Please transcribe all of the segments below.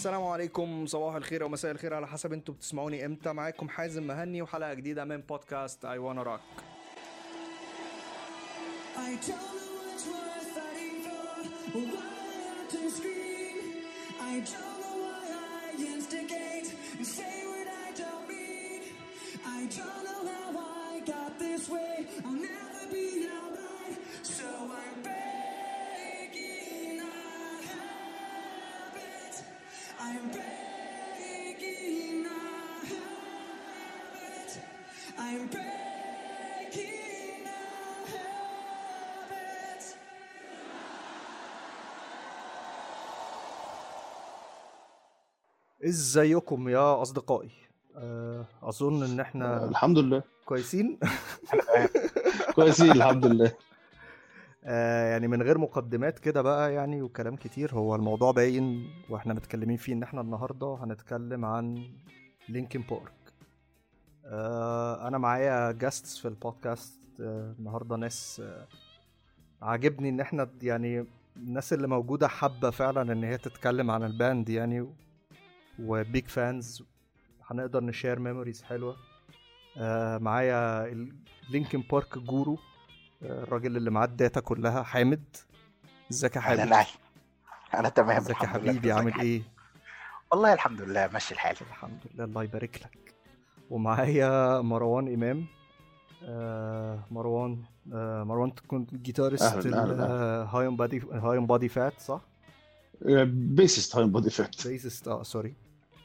السلام عليكم، صباح الخير او مساء الخير على حسب انتوا بتسمعوني امتى. معاكم حازم مهني وحلقة جديدة من بودكاست I Wanna Rock. I don't know what's worth fighting for, or why I have to scream. I don't know why I instigate and say what I don't mean. I don't know how I got this way, I'll never be alright. So I'm breaking a habit. I'm breaking a habit. I'm breaking a habit. ازيكم يا اصدقائي؟ اظن ان احنا الحمد لله كويسين. كويسين الحمد لله. يعني من غير مقدمات كده بقى يعني وكلام كتير، هو الموضوع باين واحنا متكلمين فيه ان احنا النهاردة هنتكلم عن لينكن بارك. انا معايا جاستس في البودكاست النهاردة، ناس عاجبني ان احنا يعني الناس اللي موجودة حابة فعلا ان هي تتكلم عن الباند يعني، وبيج فانز، هنقدر نشير ميموريز حلوة. معايا لينكن بارك جورو، الراجل اللي معاه الداتا كلها، حامد. ازيك يا حامد؟ انا تمام ازيك يا الحمد لله. حبيبي؟ عامل ايه؟ والله الحمد لله ماشي الحال. الحمد لله، الله يبارك لك. ومعايا مروان امام. مروان كنت جيتارست أهلاً. هاي اون بادي فات، صح؟ بيسست هاي بودي فات بيسست، سوري.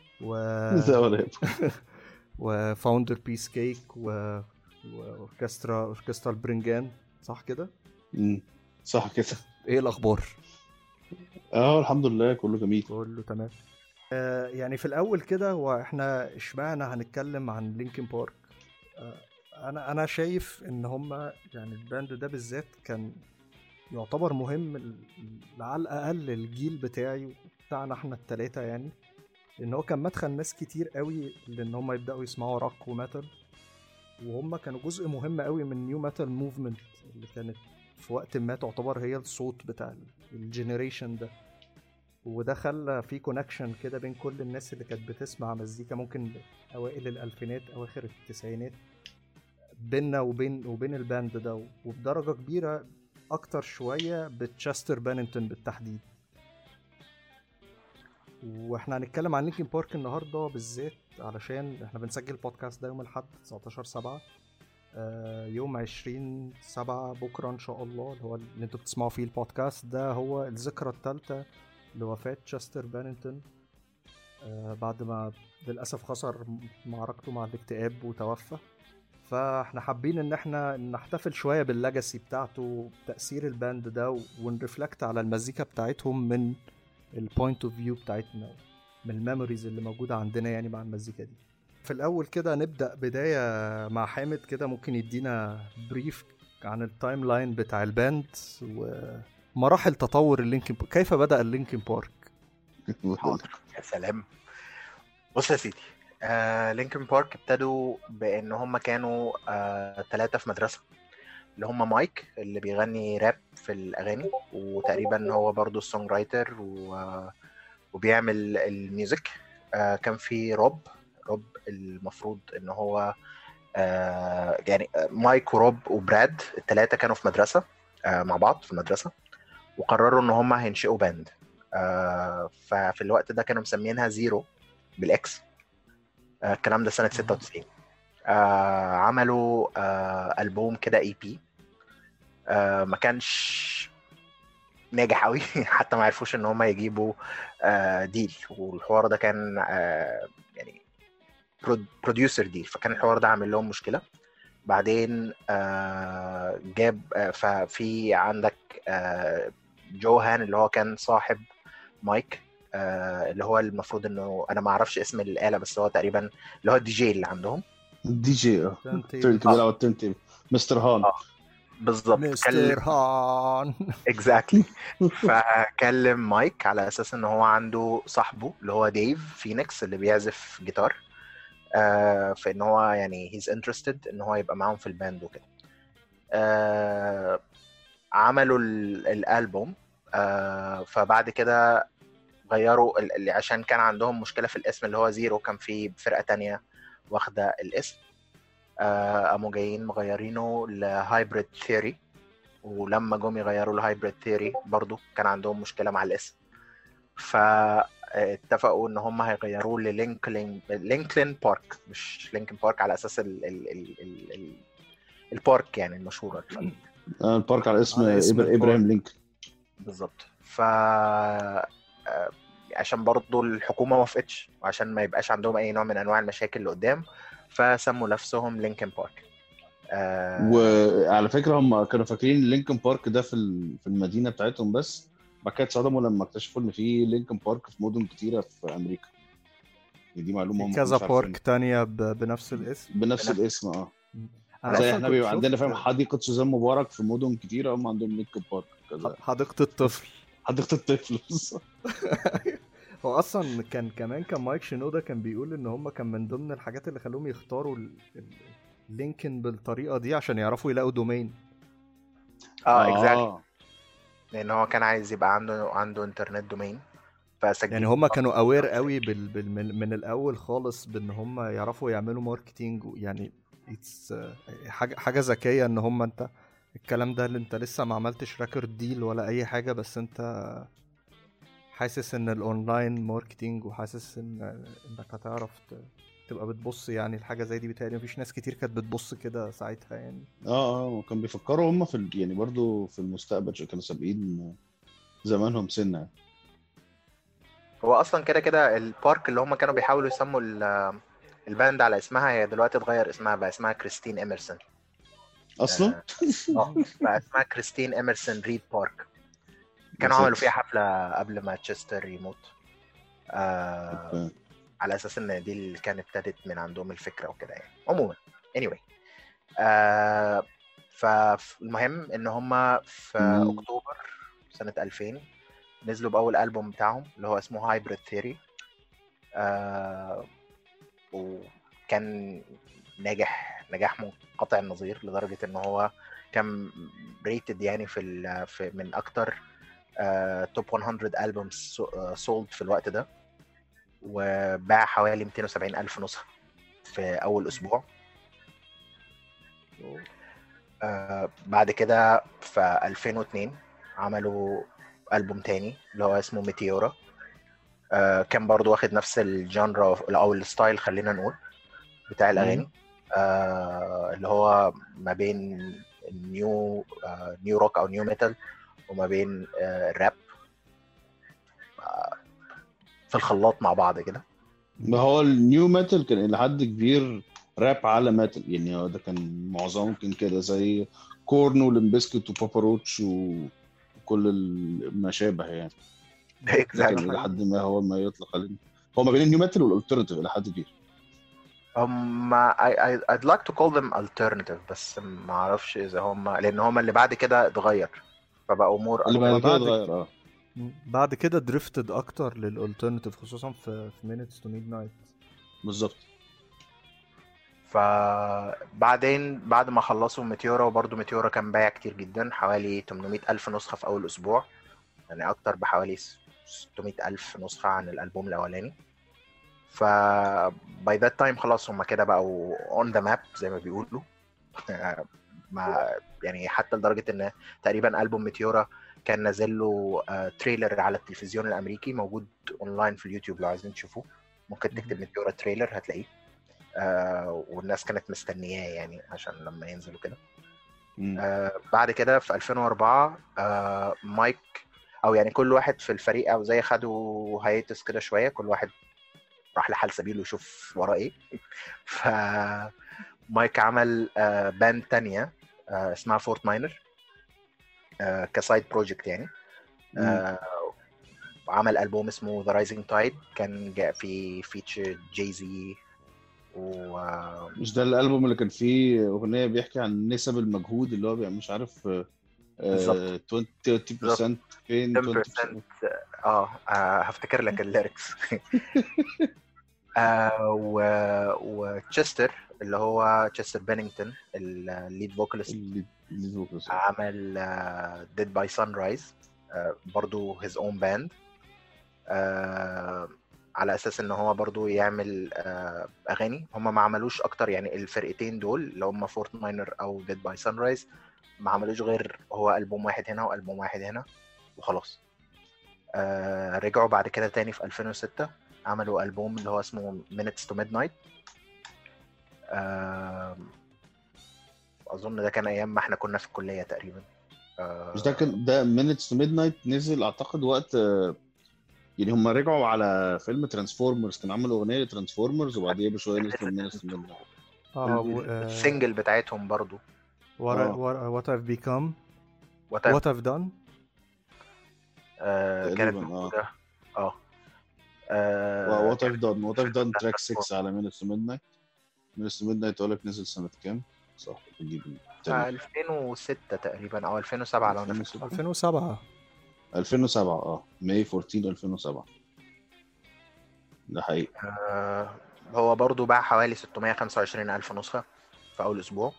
وفاوندر بيس كيك واوركسترا البرنجان، صح كده؟ صح كده. ايه الاخبار؟ الحمد لله كله جميل. كله تمام. يعني في الاول كده، واحنا اشمعنى هنتكلم عن لينكن بارك؟ انا شايف ان هما يعني الباند ده بالذات كان يعتبر مهم على الاقل الجيل بتاعي بتاعنا احنا التلاتة، يعني لان هو كان مدخل ناس كتير قوي لان هما يبداوا يسمعوا روك وميتال، وهم كانوا جزء مهم قوي من نيو ميتال موفمنت اللي كانت في وقت ما تعتبر هي الصوت بتاع الجينيريشن ده. وده خلى في كونكشن كده بين كل الناس اللي كانت بتسمع مزيكا ممكن اوائل الالفينات اواخر التسعينات، بيننا وبين الباند ده، وبدرجة كبيرة اكتر شوية بتشستر باننتون بالتحديد. واحنا هنتكلم عن لينكن بارك النهاردة بالذات علشان احنا بنسجل البودكاست ده يوم الأحد 19/7. يوم 20/7 بكرة ان شاء الله، اللي هو اللي انتوا بتسمعوا فيه البودكاست ده، هو الذكرى الثالثة لوفاة تشستر باننتون، بعد ما للأسف خسر معركته مع الاكتئاب وتوفى. فاحنا حابين ان احنا نحتفل شوية بالليجاسي بتاعته، تأثير الباند ده، ونرفلكت على المزيكا بتاعتهم من البوينت اوف فيو بتاعتنا، من الميموريز اللي موجودة عندنا يعني مع المزيكا دي. في الأول كده نبدأ بداية مع حامد كده، ممكن يدينا بريف عن التايم لاين بتاع الباند ومراحل تطور اللينكن بارك. كيف بدأ اللينكن بارك؟ حاضر يا سلام. بص يا سيدي، لينكن بارك ابتدوا بان هم كانوا 3 في مدرسه، اللي هم مايك اللي بيغني راب في الاغاني، وتقريبا هو برضو السونج رايتر وبيعمل الميوزك. كان في روب المفروض ان هو يعني مايك وروب وبراد الثلاثه كانوا في مدرسه مع بعض في المدرسه، وقرروا ان هم هينشئوا باند. ففي الوقت ده كانوا مسمينها زيرو بالاكس. الكلام ده سنه 96. عملوا ألبوم كده اي بي، ما كانش ناجح قوي. حتى ما عرفوش ان هم يجيبوا ديل، والحوار ده كان يعني بروديوسر ديل، فكان الحوار ده عامل لهم مشكله. بعدين جاب ففي عندك جوهان اللي هو كان صاحب مايك، اللي هو المفروض انه انا ما اعرفش اسم الآلة، بس هو تقريبا اللي هو الدي جي اللي عندهم. دي جي تيرن مستر هان. بالظبط، مستر هان. اكزاكتلي. فكلم مايك على اساس ان هو عنده صاحبه اللي هو ديف فينيكس اللي بيعزف جيتار، فان هو يعني هيز انترستد ان هو يبقى معاهم في الباند وكده. عملوا الالبوم. فبعد كده غيروا اللي عشان كان عندهم مشكله في الاسم اللي هو زيرو، كان في فرقه تانية واخده الاسم. قاموا جايين مغيرينه لهايبريد ثيوري، ولما جم يغيروا لهايبريد ثيوري برضو كان عندهم مشكله مع الاسم، فاتفقوا ان هم هيغيروه للينكلين بارك، مش لينكن بارك على اساس البارك يعني المشهوره. البارك على اسم على اسم ابراهيم لينكولن. بالظبط. عشان برضو الحكومه ما وافقتش، وعشان ما يبقاش عندهم اي نوع من انواع المشاكل اللي قدام، فسموا نفسهم لينكن بارك. وعلى فكره هم كانوا فاكرين لينكن بارك ده في المدينه بتاعتهم بس، بعد كده اتصدموا لما اكتشفوا ان في لينكن بارك في مدن كتيره في امريكا. دي معلومه هم كذا مش بارك عارفين. تانية بنفس الاسم. بنفس الاسم انا زي اصلا احنا كنت بيبقى عندنا شفت فاهم حديقه سوزان مبارك في مدن كتيره، هم عندهم لينكن بارك كذا. حديقة الطفل. حديقه الطفل. هو اصلا كمان كان مايك شينودا كان بيقول ان هم كان من ضمن الحاجات اللي خلوهم يختاروا لينكن بالطريقه دي عشان يعرفوا يلاقوا دومين. اكزاكتلي، لان هو كان عايز يبقى عنده انترنت دومين، فسجل. يعني هم كانوا اوير قوي من الاول خالص بان هم يعرفوا يعملوا ماركتينج، يعني حاجه ذكيه ان هم انت الكلام ده اللي انت لسه ما عملتش ريكورد ديل ولا اي حاجه، بس انت حاسس ان الاونلاين ماركتينج وحاسس انك هتعرف تبقى بتبص يعني الحاجه زي دي. بتهيألي مفيش ناس كتير كانت بتبص كده ساعتها يعني. وكان بيفكروا هم في يعني برضو في المستقبل، كانوا سابقين زمانهم سنة. هو اصلا كده البارك اللي هم كانوا بيحاولوا يسموا الباند على اسمها، هي دلوقتي اتغير اسمها بقى اسمها كريستين إميرسون اصلا. بقى اسمها كريستين إميرسون ريد بارك. كانوا عملوا فيها حفلة قبل ما تشستر يموت، على اساس ان دي اللي كانت ابتدت من عندهم الفكرة وكده يعني. عموما anyway، فالمهم ان هم في اكتوبر سنة 2000 نزلوا بأول ألبوم بتاعهم اللي هو اسمه هايبريد ثيوري. وكان نجاح منقطع النظير، لدرجة ان هو كان ريتد يعني في من اكتر توب 100 ألبومز سولد في الوقت ده، وباع حوالي 270,000 نسخة في أول أسبوع. بعد كده في 2002 عملوا ألبوم تاني اللي هو اسمه ميتيورا. كان برضو واخد نفس الجانرا أو الستايل خلينا نقول بتاع الأغاني، اللي هو ما بين نيو روك أو نيو ميتال وما بين الراب في الخلاط مع بعض كده. ما هو النيو ميتال كان إلى حد كبير راب على ميتال يعني، هو ده كان معظمه كان كده زي كورن ولمبسكت وبابا روتش وكل ما شابه يعني. لكن إلى حد ما هو ما يطلق عليه هو ما بين النيو ميتال والالترناتيف إلى حد كبير. I'd like to call them alternative، بس ما اعرفش اذا هم، لان هم اللي بعد كده اتغير فبقوا مور اللي بعد كده اتغير بعد كده دريفتد اكتر للالترناتيف، خصوصا في minutes to midnight. بالظبط. فبعدين بعد ما خلصوا ميتيورا، وبرضه ميتيورا كان بايع كتير جدا، حوالي 800,000 نسخة في أول أسبوع، يعني أكتر بحوالي 600,000 نسخة عن الألبوم الأولاني. باي ذات تايم خلاص هم كده بقوا اون ذا ماب زي ما بيقولوا. يعني حتى لدرجة إن تقريبا ألبوم ميتيورا كان نازل له تريلر على التلفزيون الأمريكي، موجود أونلاين في اليوتيوب لو عايزين تشوفوه، ممكن تكتب ميتيورا تريلر هتلاقيه. والناس كانت مستنياه يعني عشان لما ينزلوا كده. بعد كده في 2004 مايك، او يعني كل واحد في الفريق او زي خدوا هايتس كده شويه، كل واحد راح لحال سبيله يشوف وراه ايه. فمايك عمل باند تانية اسمها فورت ماينر كسايد بروجكت يعني. عمل ألبوم اسمه The Rising Tide، كان جاء فيه فيتشر جاي-زي مش ده الألبوم اللي كان فيه أغنية بيحكي عن نسب المجهود اللي هو بيعمل مش عارف 20% فين 10%. هفتكر لك الليركس. وتشستر اللي هو تشستر بينينغتون الليد فوكاليست عمل Dead by Sunrise، برضو his own band. على اساس ان هو برضو يعمل اغاني. هم ما عملوش اكتر يعني الفرقتين دول اللي هم فورت ماينر او ديد باي سان رايز ما عملوش غير هو ألبوم واحد هنا وألبوم واحد هنا وخلاص. رجعوا بعد كده تاني في 2006 عملوا ألبوم اللي هو اسمه Minutes to Midnight. أظن ده كان أيام ما احنا كنا في الكلية تقريبا. مش ده كان ده Minutes to Midnight نزل اعتقد وقت يعني هم رجعوا على فيلم ترانسفورمرز، كانوا عملوا اغنيه لترانسفورمرز وبعديها بشويه نزلوا Minutes to Midnight. السنجل بتاعتهم برضو what I've become What what I've done. كانت تقريبا موجودة. What I've done تراك 6 على Minutes to Midnight. Minutes to Midnight اقول نزل سنه كام؟ صح بجيب 2006 تقريبا او 2007 لو انا فاكر. 2007 ماي 14 2007 ده حقيقي. هو برضو باع حوالي 625,000 نسخة في أول أسبوع.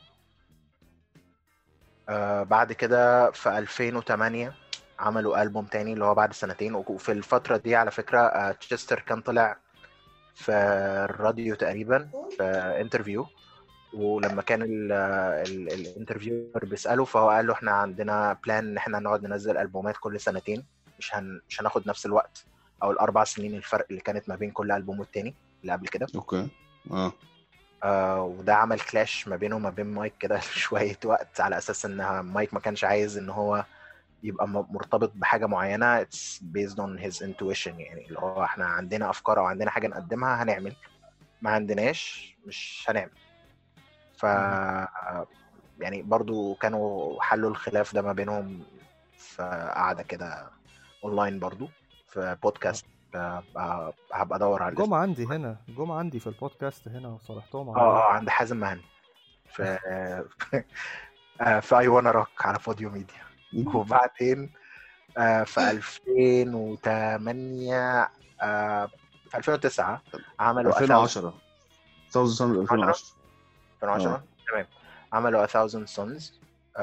بعد كده في 2008 عملوا ألبوم تاني اللي هو بعد سنتين. وفي الفترة دي على فكرة تشستر كان طلع في الراديو تقريبا في انترفيو، ولما كان الانترفيور بيسأله فهو قال له احنا عندنا بلان ان احنا نقعد ننزل ألبومات كل سنتين، مش هناخد نفس الوقت او ال4 سنين الفرق اللي كانت ما بين كل ألبوم والتاني اللي قبل كده. اوكي. وده عمل كلاش ما بينه وما بين مايك كده شوية وقت، على أساس إن مايك ما كانش عايز إن هو يبقى مرتبط بحاجة معينة. It's based on his intuition، يعني اللي هو إحنا عندنا أفكار أو عندنا حاجة نقدمها هنعمل، ما عندناش مش هنعمل. ف يعني برضو كانوا حلوا الخلاف ده ما بينهم في قعدة كده أونلاين برضو في بودكاست. هبقى ادور على جم عندي هنا، جم عندي في البودكاست هنا وصالحتهم عند حازم مهني في في اي وانا روك على بوديو ميديا. وبعدين في 2008 في 2009 عملوا 2010 2010 تمام، عملوا 1000 Sons.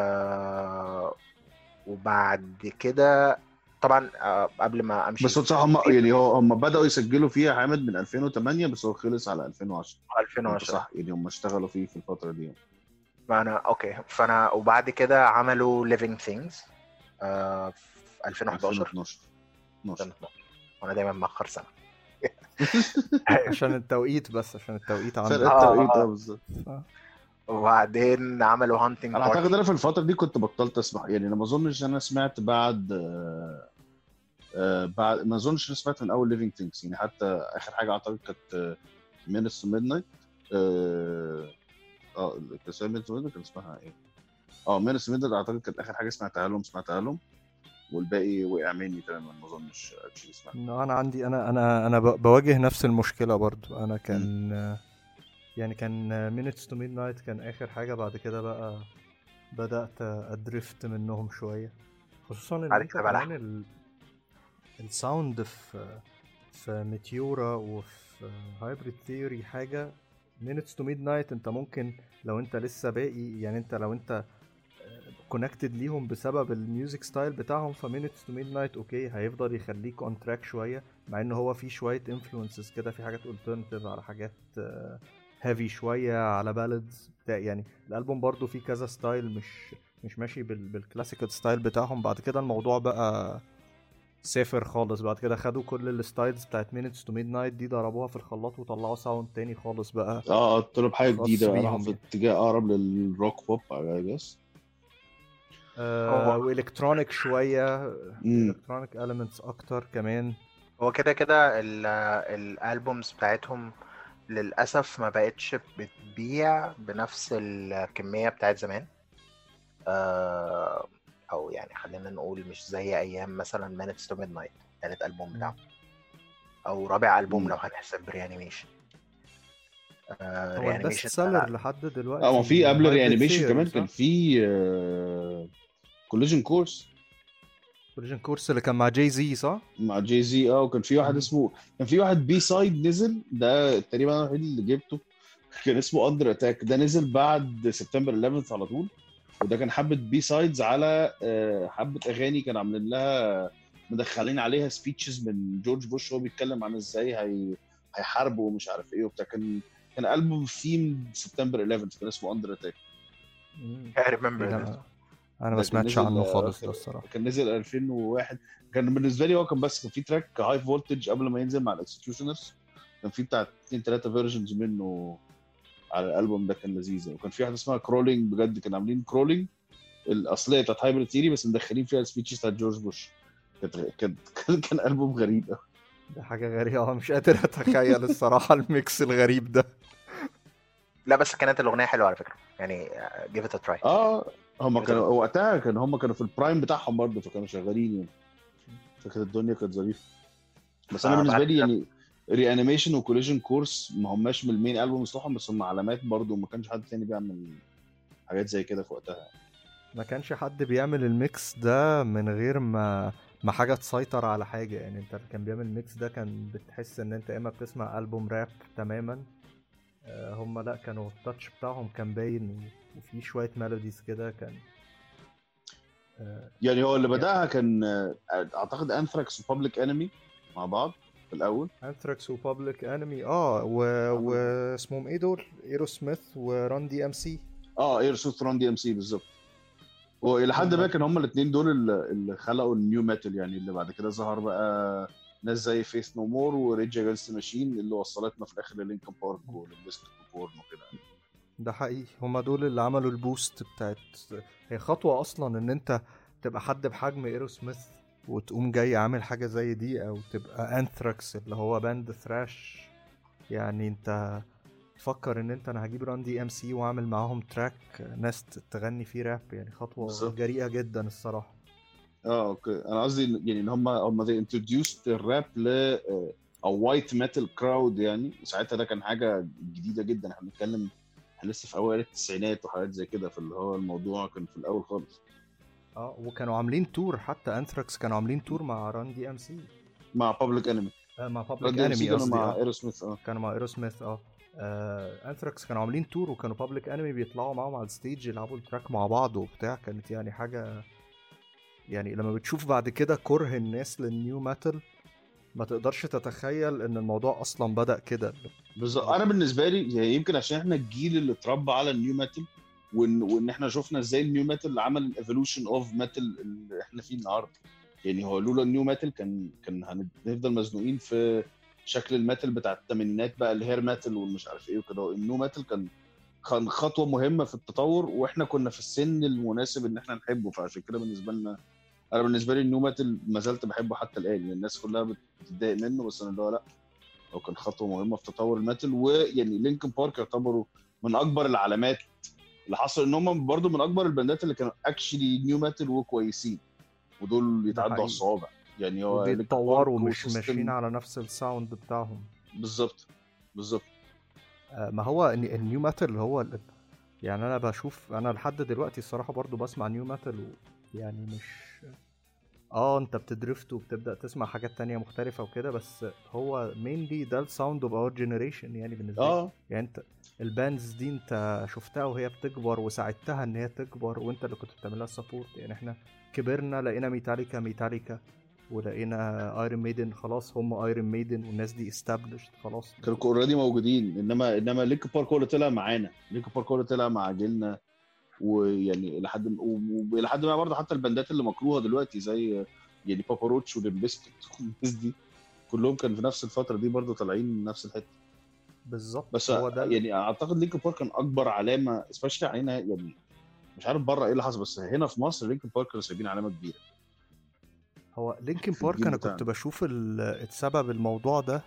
وبعد كده طبعا قبل ما امشي بس صح هم بداوا يسجلوا فيها حامد من 2008 بس هو خلص على 2010 صح، يعني هم اشتغلوا فيه في الفتره دي. فانا اوكي، فانا وبعد كده عملوا Living Things في 2011 وانا دايما مأخر سنه عشان التوقيت، بس عشان التوقيت عندي التوقيت بالظبط. وبعدين عملوا هانتنج. انا اعتقد انا في الفتره دي كنت بطلت اسمع، يعني انا ما اظنش انا سمعت بعد ما اظنش انا سمعت من اول ليفينج ثينكس، يعني حتى اخر حاجه اعتقد كانت Minutes to Midnight. كان اسمها ايه؟ Minutes to Midnight اعتقد كانت اخر حاجه سمعتها لهم والباقي وقع مني تماما، ما اظنش سمعت. انا عندي انا بواجه نفس المشكله برضو. انا كان يعني كان Minutes to Midnight كان آخر حاجة. بعد كده بقى بدأت أدريفت منهم شوية، خصوصا إن أنت كمان الساوند في ميتيورا وفي هايبريد ثيوري حاجة. Minutes to Midnight أنت ممكن لو أنت لسه باقي، يعني أنت لو أنت كونكتد ليهم بسبب الميوزك ستايل بتاعهم، Minutes to Midnight أوكي هيفضل يخليك on track شوية، مع إنه هو فيه شوية influences كده، في حاجات alternative على حاجات هيفي شويه على بالادز. يعني الالبوم برضو فيه كذا ستايل مش ماشي بالكلاسيكال ستايل بتاعهم. بعد كده الموضوع بقى سافر خالص، بعد كده خدوا كل الستايلز بتاعت Minutes to Midnight دي ضربوها في الخلاط وطلعوا ساوند تاني خالص بقى. طلب حاجه جديده راحوا في اتجاه اقرب للروك بوب I guess. والكترونيك شويه، الكترونيك elements اكتر كمان. هو كده الالبومز بتاعتهم للأسف ما بقتش بتبيع بنفس الكمية بتاعت زمان. أو يعني خلينا نقول مش زي أيام مثلا Minutes to Midnight ثالث ألبوم بتاعه أو رابع ألبوم لو هنحسب ريانيميشن. هو البست سيلر لحد دلوقتي. ما في قبل ريانيميشن كمان كان في كوليجن كورس اللي كان مع جاي زي صح؟ مع جاي زي وكان في واحد اسمه، كان في واحد بي سايد نزل، ده تقريبا انا الوحيد اللي جبته، كان اسمه اندر اتاك. ده نزل بعد سبتمبر 11 على طول، وده كان حبة بي سايدز على حبة اغاني كان عاملين لها مدخلين عليها سبيتشز من جورج بوش وهو بيتكلم عن ازاي هيحاربوا ومش عارف ايه وبتاع. كان ألبوم ثيم سبتمبر 11 كان اسمه اندر اتاك. I remember إيه that. ده؟ انا ما ده كان سمعتش نزل عنه خالص ده الصراحه. كان نزل 2001. كان بالنسبه لي هو كان في تراك هاي فولتج قبل ما ينزل مع الاكسكيوشنرز، كان في بتاع 2-3 فيرجنز منه على الالبوم ده، كان لذيذ. وكان في واحده اسمها كرولينج، بجد كانوا عاملين كرولينج الاصليه بتاعت هايبرد ثيري بس مدخلين فيها السبيتشز بتاعت جورج بوش. كان البوم غريب قوي. ده حاجه غريبه، مش قادر اتخيل الصراحه الميكس الغريب ده. لا بس كانت الاغنيه حلوه على فكره يعني. give it a try. هم كانوا وقتها كانوا في البرايم بتاعهم برضه، فكانوا شغالين يعني، فكانت الدنيا كانت ظريفه. بس انا بالنسبه بعد لي كده- يعني ريانيميشن وكوليجن كورس ما هماش من المين البوم بتوعهم، بس هم علامات برضه، وما كانش حد تاني بيعمل حاجات زي كده في وقتها. ما كانش حد بيعمل الميكس ده من غير ما حاجه تسيطر على حاجه يعني. انت اللي كان بيعمل الميكس ده كان بتحس ان انت اما بتسمع ألبوم راب تماما. هم لا، كانوا التاتش بتاعهم كان باين وفي شويه ميلوديز كده كان. يعني هو اللي بداها كان اعتقد انثراكس وبابليك انمي مع بعض في الاول. انثراكس وبابليك انمي واسمهم ايه دول؟ ايرو سميث وران دي ام سي. اير سوث ران دي ام سي بالظبط. والى حد ما كان هم الاثنين دول اللي خلقوا النيو ميتال يعني، اللي بعد كده ظهر بقى ناس زي فيث نو مور وريج اجينست ماشين اللي وصلتنا في الاخر للينكن بارك وللبيست بورن وكده. ده حقيقي، هما دول اللي عملوا البوست بتاعت. هي خطوة اصلا ان انت تبقى حد بحجم ايرو سميث وتقوم جاي عامل حاجة زي دي، او تبقى انثراكس اللي هو باند ثراش. يعني انت تفكر ان انا هجيب ران دي ام سي واعمل معاهم تراك ناس تغني فيه راب، يعني خطوة بالظبط. جريئة جدا الصراحة. اوكي، انا قصدي يعني ان هم they introduced الراب ل او وايت ميتال كراود يعني، وساعتها ده كان حاجه جديده جدا. احنا بنتكلم لسه في اوائل التسعينات وحاجات زي كده، فاللي هو الموضوع كان في الاول خالص. وكانوا عاملين تور، حتى انثراكس كانوا عاملين تور مع ران دي ام سي. مع بابليك انمي. مع ران بابليك دي ام سي انمي كانوا قصدي. مع ايروسميث. كانوا مع ايروسميث. انثراكس كانوا عاملين تور، وكانوا بابليك انمي بيطلعوا معاهم على الستيج يلعبوا التراك مع بعض وبتاع. كانت يعني حاجه، يعني لما بتشوف بعد كده كره الناس للنيو ميتال ما تقدرش تتخيل ان الموضوع اصلا بدأ كده. بالظبط. انا بالنسبه لي يعني يمكن عشان احنا الجيل اللي اتربى على النيو ميتال، وان احنا شفنا ازاي النيو ميتال عمل الايفولوشن اوف ميتال اللي احنا فيه النهارده. يعني هو لولا النيو ميتال كان هنفضل مزنوقين في شكل الميتال بتاع الثمانينات بقى، الهير ميتال والمش عارف ايه وكده. النيو ميتال كان خطوه مهمه في التطور، واحنا كنا في السن المناسب ان احنا نحبه. فعشان كده انا بالنسبه لي النيو ميتال ما زلت بحبه حتى الان. يعني الناس كلها بتتضايق منه، بس انا لا، هو كان خطوه مهمه في تطور الميتال. ويعني لينكن بارك يعتبروا من اكبر العلامات اللي حصل، ان هم برضو من اكبر الباندات اللي كانوا اكشلي نيو ميتال وكويسين، ودول يتعدوا على الصوابع. يعني هو بيتطوروا مش ماشيين على نفس الساوند بتاعهم. بالظبط. ما هو النيو ميتال هو يعني انا بشوف، انا لحد دلوقتي الصراحه برضو بسمع نيو ميتال يعني مش انت بتدرفت وبتبدا تسمع حاجات تانية مختلفه وكده، بس هو مينلي ده الساوند اوف اور جينيريشن يعني بالنسبه لي. يعني انت الباندز دي انت شفتها وهي بتكبر وساعدتها ان هي تكبر، وانت اللي كنت بتعملها سبورت. يعني احنا كبرنا لقينا ميتاليكا ولقينا ايرون ميدن، خلاص هم ايرون ميدن والناس دي استابلشت خلاص، كانوا اوريدي موجودين. انما لينكن بارك هو اللي طلع معانا، لينكن بارك هو اللي طلع مع جيلنا. ويعني لحد ما برضه حتى الباندات اللي مكروهه دلوقتي زي يعني باباروتش وليمبسكت والناس دي كلهم كانوا في نفس الفتره دي برضه طالعين نفس الحته بالظبط. بس هو ده يعني اعتقد لينكن بارك كان اكبر علامه سبيشالي علينا. يعني مش عارف بره ايه اللي حصل، بس هنا في مصر لينكن بارك كانوا سايبين علامه كبيره. هو لينكن بارك انا كنت بشوف السبب الموضوع ده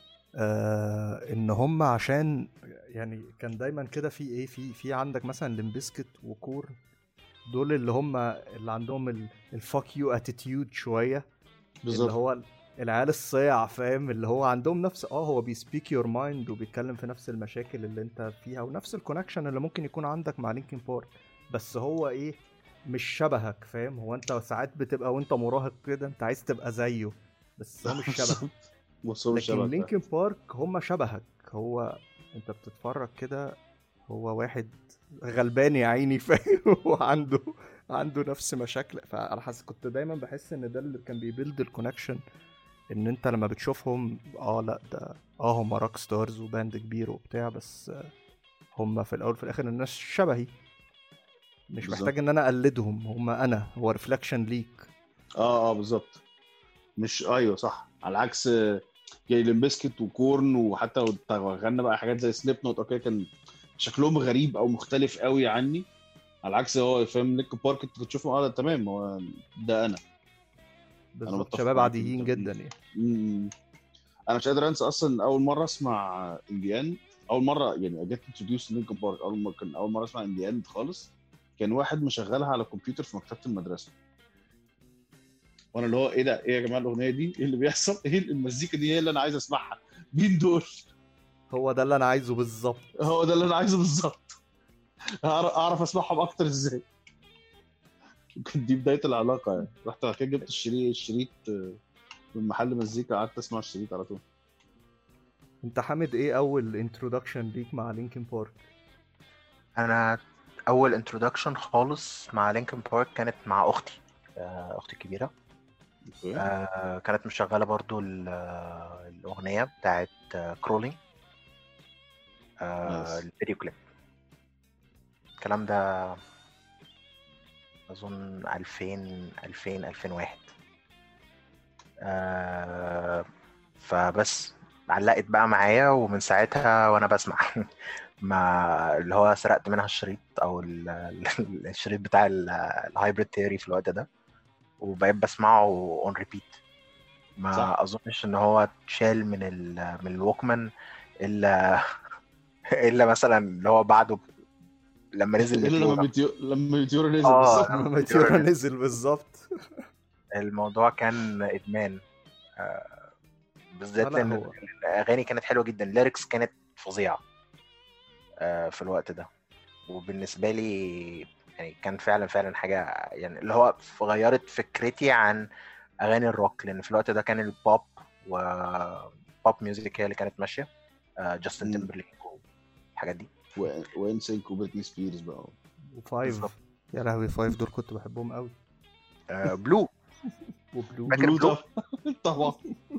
ان هم عشان يعني كان دايما كده في ايه في عندك مثلا ليمبسكت وكور، دول اللي هم اللي عندهم الفاك يو اتيتيود شويه. بالظبط. اللي هو العيال الصيع، فاهم؟ اللي هو عندهم نفس هو بيسبيك يور مايند وبيتكلم في نفس المشاكل اللي انت فيها ونفس الكونكشن اللي ممكن يكون عندك مع لينكن بارك، بس هو ايه مش شبهك، فاهم؟ هو انت ساعات بتبقى وانت مراهق كده انت عايز تبقى زيه، بس هو مش شبهك. لكن لينكن بارك هم شبهك. هو انت بتتفرج كده، هو واحد غلبان يا عيني، فاهم؟ وعنده عنده نفس مشاكل. فانا كنت دايما بحس ان ده اللي كان بيبيلد الكونكشن، ان انت لما بتشوفهم لا ده هم روك ستارز وباند كبير وبتاع، بس هم في الاول في الاخر الناس شبهي، مش بالظبط. محتاج ان انا اقلدهم، هم هو ريفلكشن ليك. بالظبط. مش ايوه صح، على عكس يعني لمبسكت وكورن، وحتى لو غنى بقى حاجات زي سليب نوت اوكي كان شكلهم غريب او مختلف قوي عني، على عكس هو فاهم لينك بارك انت بتشوفه ده تمام، هو ده انا بالظبط، متفق شباب معاك عاديين جدا يعني. انا مش قادر انسى اصلا اول مره اسمع انديان، اول مره يعني اجيت انتروديوس لينك بارك، اول مره اسمع انديان خالص، كان واحد مشغلها على كمبيوتر في مكتبه المدرسه، وانا اللي هو ايه ده، ايه يا جماعه الاغنيه دي، ايه اللي بيحصل، ايه المزيكا دي، هي اللي انا عايز اسمعها، مين دول؟ هو ده اللي انا عايزه بالظبط. هو ده اللي انا عايزه بالظبط. اعرف اسمعهم اكتر ازاي؟ كنت دي بدايه العلاقه يعني. رحت بعد كده جبت الشريط من محل مزيكا، قعدت اسمع الشريط على طول. انت حامد ايه اول انترودكشن ليك مع لينكن بارك؟ انا اول انترودكشن خالص مع لينكن بارك كانت مع اختي، اختي الكبيره. اوكي. كانت مشغله برضو الاغنيه بتاعت كرولينج، نايس. الفيديو كليب. الكلام ده اظن 2001. فبس علقت بقى معايا، ومن ساعتها وانا بسمع ما اللي هو سرقت منها الشريط او الشريط بتاع الهايبريد ثيوري في الوقت ده، وبقيت بسمعه اون ريبيت. ما صح. اظنش ان هو اتشال من الووكمان الا الا مثلا اللي هو بعده لما نزل الا ميتيورا. لما ميتيورا نزل بالظبط. لما ماتيورا ميتيورا نزل. نزل بالظبط. الموضوع كان ادمان، بالذات لا لان هو الاغاني كانت حلوه جدا، الليركس كانت فظيعه في الوقت ده. وبالنسبه لي يعني كان فعلا حاجه يعني اللي هو غيرت فكرتي عن اغاني الروك، لان في الوقت ده كان البوب وبوب ميوزك هي اللي كانت ماشيه، جاستن تيمبرليك والحاجات دي، وان سينك وبريتني سبيرز بقى. وفايف. بالظبط. يا لهوي، فايف دول كنت بحبهم قوي. بلو وبلو. فاكر بلو؟ طبعا.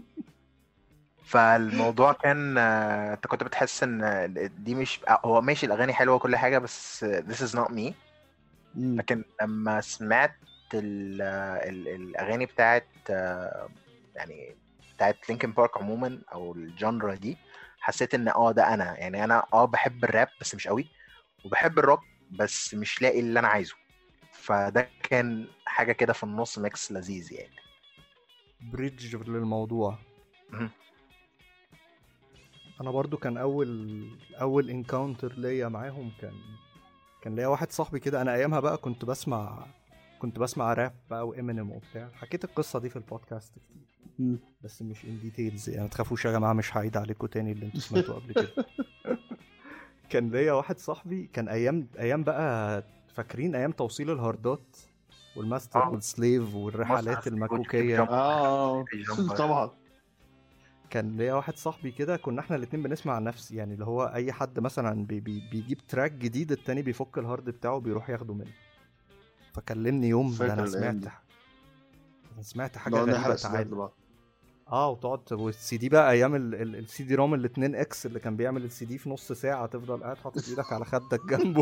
فالموضوع كان انت كنت بتحس ان دي مش هو ماشي، الاغاني حلوه وكل حاجه، بس this is not me. لكن لما سمعت الاغاني بتاعت يعني بتاعت لينكن بارك عموما او الجانرا دي، حسيت ان ده انا يعني انا بحب الراب بس مش قوي، وبحب الروك بس مش لاقي اللي انا عايزه. فده كان حاجه كده في النص، ميكس لذيذ يعني، بريدج للموضوع. انا برضو كان اول انكاونتر ليا معاهم كان ليا واحد صاحبي كده. انا ايامها بقى كنت بسمع راب بقى وامينيم وبتاع. حكيت القصه دي في البودكاست كتير بس مش ان ديتيلز يعني، ما تخافوش يا جماعه، مش هعيد عليكم تاني اللي انتوا سمعتوه قبل كده. كان ليا واحد صاحبي، كان ايام بقى، فاكرين ايام توصيل الهاردات والماستر والسليف والرحلات المكوكيه. طبعا. كان ليا واحد صاحبي كده، كنا احنا الاتنين بنسمع نفس يعني، اللي هو اي حد مثلا بيجيب تراك جديد، التاني بيفك الهارد بتاعه بيروح ياخده منه. فكلمني يوم ده، انا سمعت حاجه غريبه، تعالى. وتقعد والسي دي بقى، ايام السي دي روم ال2 اكس اللي كان بيعمل السي دي في نص ساعه، تفضل قاعد حاطط ايدك على خدك جنبه.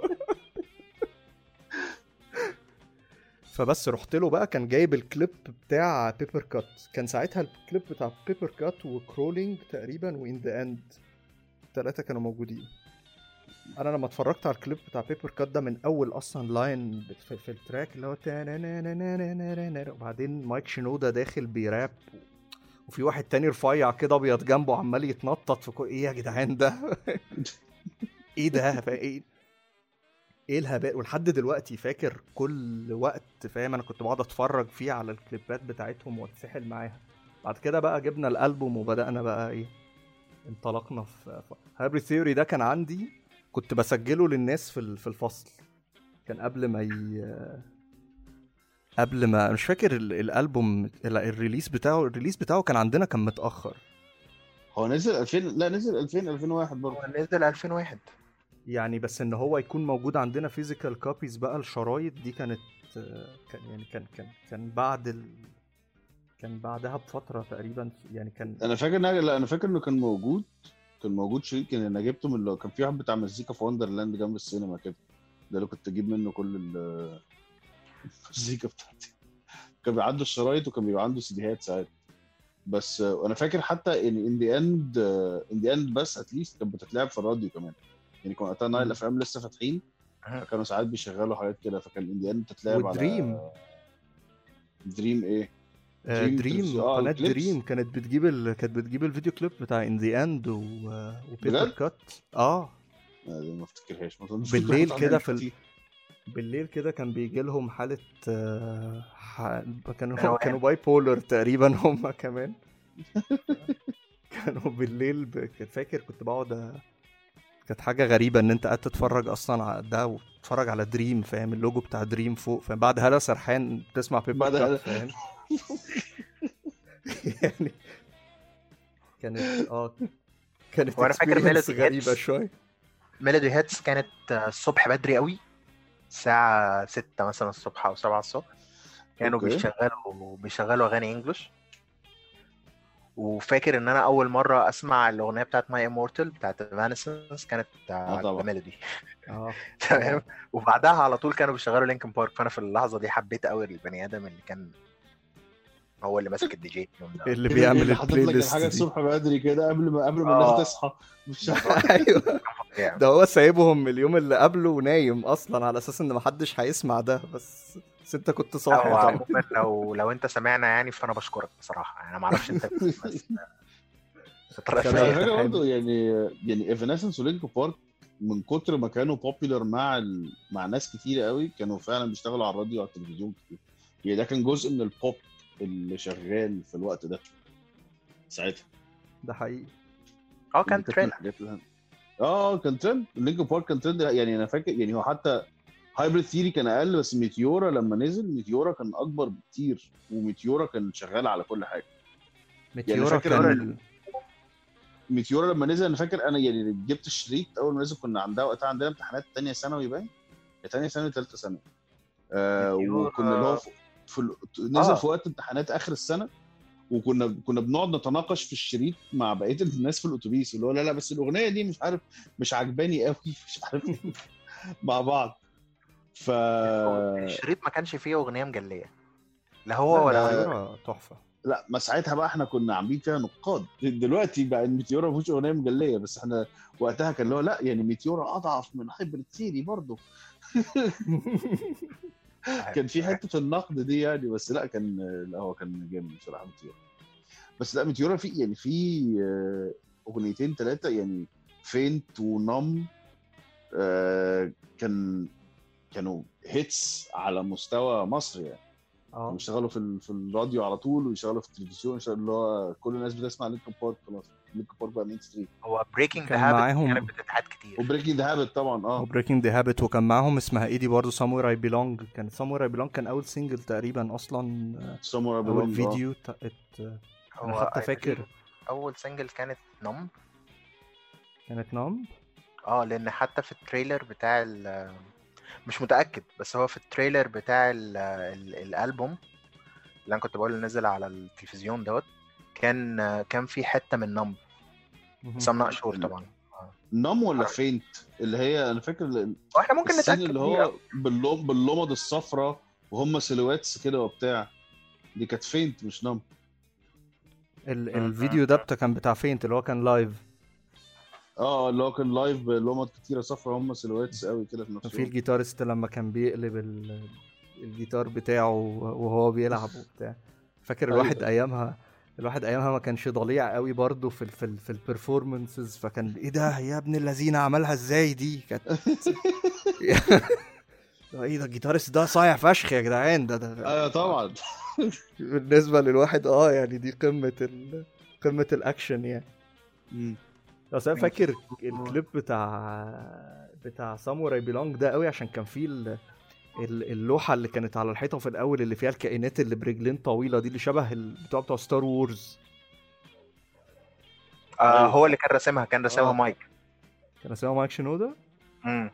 فبس رحت له بقى، كان جايب الكليب بتاع بيبر كات. كان ساعتها الكليب بتاع بيبر كات وكرولينج تقريبا وإن ذا اند، 3 كانوا موجودين. انا لما اتفرجت على الكليب بتاع بيبر كات ده، من اول اصلا لاين في التراك اللي هو وبعدين مايك شينودا داخل بيراب، وفي واحد تاني رفيع كده ابيض جنبه عمال يتنطط في ايه يا جدعان ده؟ ايه ده؟ ايه الهباء؟ ولحد دلوقتي فاكر كل وقت، فاهم؟ انا كنت بقعد اتفرج فيه على الكليبات بتاعتهم واتسحل معاها. بعد كده بقى جبنا الالبوم وبدأنا بقى ايه، انطلقنا في هايبريد ثيوري. ده كان عندي، كنت بسجله للناس في الفصل. كان قبل ما مش فاكر الالبوم الريليس بتاعه كان عندنا، كان متأخر. هو نزل 2000، لا نزل 2001 برضه. هو نزل 2001. يعني بس ان هو يكون موجود عندنا فيزيكال كوبيز بقى الشرايط دي كانت كان بعد كان بعدها بفتره تقريبا يعني كان انا فاكر انا فاكر انه كان موجود شريك ان انا جبته من كان في واحد بتاع مزيكا في وندرلاند جنب السينما كده، ده اللي كنت اجيب منه كل المزيكا بتاعتي. كان بيبقى عنده الشرايط وكان بيبقى عنده سيديهات ساعات. بس انا فاكر حتى ان ان ذا اند بس اتليست كانت بتتلعب في الراديو كمان. يعني كان وقتها نايل اف ام لسه فاتحين، فكانوا ساعات بيشغلوا حاجات كده، فكان ان ذا اند بتتلعب على ودريم دريم ايه دريم قناة كليبس. دريم كانت بتجيب الفيديو كليب بتاع ان ذا اند وبيبر بجد؟ كات دي ما افتكرهاش، ما اظنش بالليل كنت كده عامل كتير. بالليل كده كان بيجي لهم حالة كانوا روقان. باي بولر تقريبا هم كمان. كانوا بالليل فاكر كنت بقعد كانت حاجة غريبة ان انت قاعد تتفرج اصلا على ده وتتفرج على دريم، فاهم اللوجو بتاع دريم فوق، فاهم بعد هلا سرحان بتسمع بيبر بعد كات، هلا. فاهم. يعني كانت كانت وانا فاكر experience ميلودي غريبة هيتس. شوية. ميلودي هيتس كانت الصبح بدري قوي، الساعة 6 مثلا الصبح او 7 الصبح، كانوا اوكي. بيشغلوا اغاني انجلش. وفاكر ان انا اول مرة اسمع الاغنية بتاعت ماي امورتال بتاعت فانسنس كانت على طبعا. ميلودي. اه تمام. وبعدها على طول كانوا بيشغلوا لينكن بارك، فانا في اللحظة دي حبيت قوي البني ادم اللي كان هو اللي ماسك الدي جي اليوم ده. اللي ايه بيعمل اللي حاطط البلاي لك ليست الحاجه دي. الصبح بدري كده قبل ما الناس تصحى؟ مش الموضوع كان ايوه فظيع. ده هو سايبهم اليوم اللي قبله ونايم اصلا على اساس ان محدش هيسمع ده، بس انت كنت صاحي هو طبعا. عموما لو انت سمعنا يعني فانا بشكرك بصراحه، يعني انا ما اعرفش انت مين، بس شباب. على بطريقه فكره تحية. برضه يعني ايفانسنس ولينكو بارك من كتر ما كانوا بوبيلر مع ناس كتير قوي، كانوا فعلا بيشتغلوا على الراديو وعلى التلفزيون كتير. يعني ده كان جزء من البوب اللي شغال في الوقت ده ساعتها. ده حقيقي. كان كانت من ترند. الحاجات اللي كان ترند. لينكو بارك كان ترند. يعني انا فاكر يعني هو حتى هايبريد ثيري كان اقل، بس ميتيورا لما نزل ميتيورا كان اكبر بكتير، وميتيورا كان شغال على كل حاجه. يعني ميتيورا فاكر كان ميتيورا لما نزل، انا فاكر انا يعني جبت الشريط اول ما نزل، كنا وقتها عندنا امتحانات تانية ثانوي باين، تانية ثانوي ثالثه ثانوي. وكنا اللي هو نزل في وقت امتحانات اخر السنه، وكنا بنقعد نتناقش في الشريط مع بقيه الناس في الاتوبيس، اللي هو لا بس الاغنيه دي مش عارف مش عجباني قوي مش عارف مع بعض. الشريط ما كانش فيه اغنيه مجليه، لا هو ولا ميتيورا تحفة. لا ما ساعتها بقى احنا كنا عاملين فيها نقاد. دلوقتي بقى الميتيورا مفيش اغنيه مجليه، بس احنا وقتها كان اللي هو لا يعني ميتيورا اضعف من هايبريد ثيري برضه. كان في حته النقد دي يعني، بس لا هو كان جامد بصراحه ميتيورا. بس لا ميتيورا في اغنيتين ثلاثه يعني، فينت ونم كانوا هيتس على مستوى مصر يعني. بيشتغلوا في الراديو على طول، ويشتغلوا في التلفزيون، اللي هو كل الناس بتسمع لينكن بارك. خلاص لينكن بارك بقى مين ستريم. هو بريكنج ذا كان هابت معاهم كانت بتتعاد كتير. وبريكنج ذا هابت طبعا. وبريكنج ذا هابت، وكان معاهم اسمها ايه دي برضه ساموراي اي بيلونج. كان ساموراي اي بيلونج كان اول سينجل تقريبا اصلا، ساموراي اي اول بيلونج. فيديو انا حتى فاكر اول سنجل كانت نم. كانت نم. لان حتى في التريلر بتاع مش متاكد، بس هو في التريلر بتاع الالبوم اللي انا كنت بقول نزل على التلفزيون دوت، كان في حته من نم. سمناء شور طبعا. نم ولا فينت اللي هي انا فاكر احنا ممكن نتاكد اللي هو باللمض الصفراء وهم سيلويتس كده وبتاع، دي كانت فينت مش نم. الفيديو ده كان بتاع فينت اللي هو كان لايف. اللي هو كان لايف بلمض كتيره صفراء، هم سيلويتس قوي كده في نفس في الجيتارست لما كان بيقلب الجيتار بتاعه وهو بيلعب وبتاع. فاكر الواحد ايامها ما كانش ضليع قوي برضه في البرفورمانسز، فكان ايه ده يا ابن الذين عملها ازاي دي كانت ايه ده الجيتارست ده صايع فشخ يا جدعان ده طبعا. بالنسبه للواحد يعني دي قمه الاكشن يعني. بس انا فاكر الكليب بتاع ساموراي بيلونج ده قوي، عشان كان فيه اللوحه اللي كانت على الحيطه في الاول اللي فيها الكائنات اللي برجلين طويله دي، اللي شبه بتوع ستار وورز. هو اللي كان راسمها مايك. كان راسمها مايك شنودا. مم.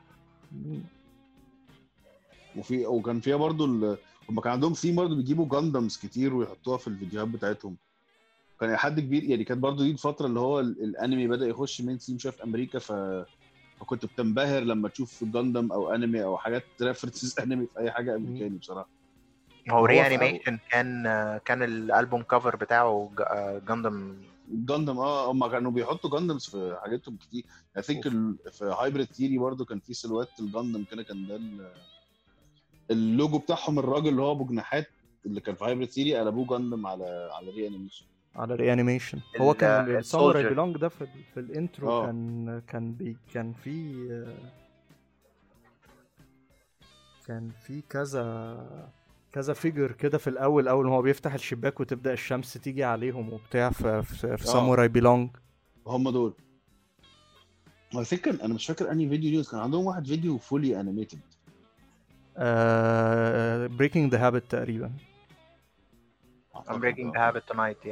وكان فيها برضو هم كان عندهم ثيم برضو بيجيبوا جاندمز كتير ويحطوها في الفيديوهات بتاعتهم. كان حد كبير يعني، كانت برضو دي الفتره اللي هو الانمي بدا يخش مين ثيم شويه في امريكا، فكنت بتنبهر لما تشوف جاندم او انمي او حاجات ريفرنسز انمي في اي حاجه امريكاني بصراحه. هو ري هو في انيميشن كان الالبوم كفر بتاعه جاندم. جاندم هم كانوا بيحطوا جاندمز في حاجاتهم كتير. I think في هايبريد ثيري برضو كان في سيلوات الجاندم كده، كان ده اللوجو بتاعهم، الراجل اللي هو ابو جناحات اللي كان في هايبريد ثيري قلبوه جاندم على ري انيميشن. على الانيميشن. هو كان الساموراي السولجر. بيلونج ده في الانترو آه. كان في كذا فيجر كده في الاول، اول ما هو بيفتح الشباك وتبدا الشمس تيجي عليهم وبتاع في ساموراي بيلونج. هم دول. على فكره انا مش فاكر انهي فيديو دي، كان عندهم واحد فيديو فولي انيميتد. بريكنج ذا هابت تقريبا. I'm breaking the habit tonight.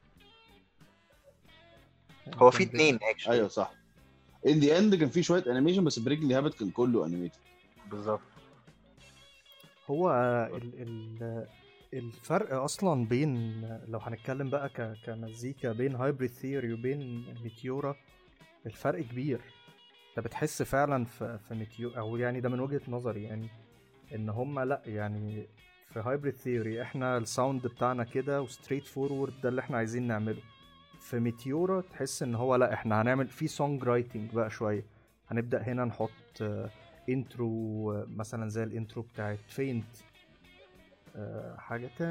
هو في اتنين actually. ايوه صح. in the end كان في شويه انيميشن، بس بريكنج ذا هابت كان كله انيميتد. بالظبط. هو الفرق اصلا بين، لو هنتكلم بقى كمزيكا، بين هايبريد ثيوري وبين ميتيورا، الفرق كبير. انت بتحس فعلا في ميتيورا، او يعني ده من وجهة نظري يعني، ان هما لا يعني في هايبريد ثيوري احنا الساوند بتاعنا كده وستريت فورورد، ده اللي احنا عايزين نعمله. في ميتيورا تحس ان هو لا، احنا هنعمل في سونج رايتنج بقى شويه، هنبدا هنا نحط انترو مثلا زي الانترو بتاعت فينت، حاجه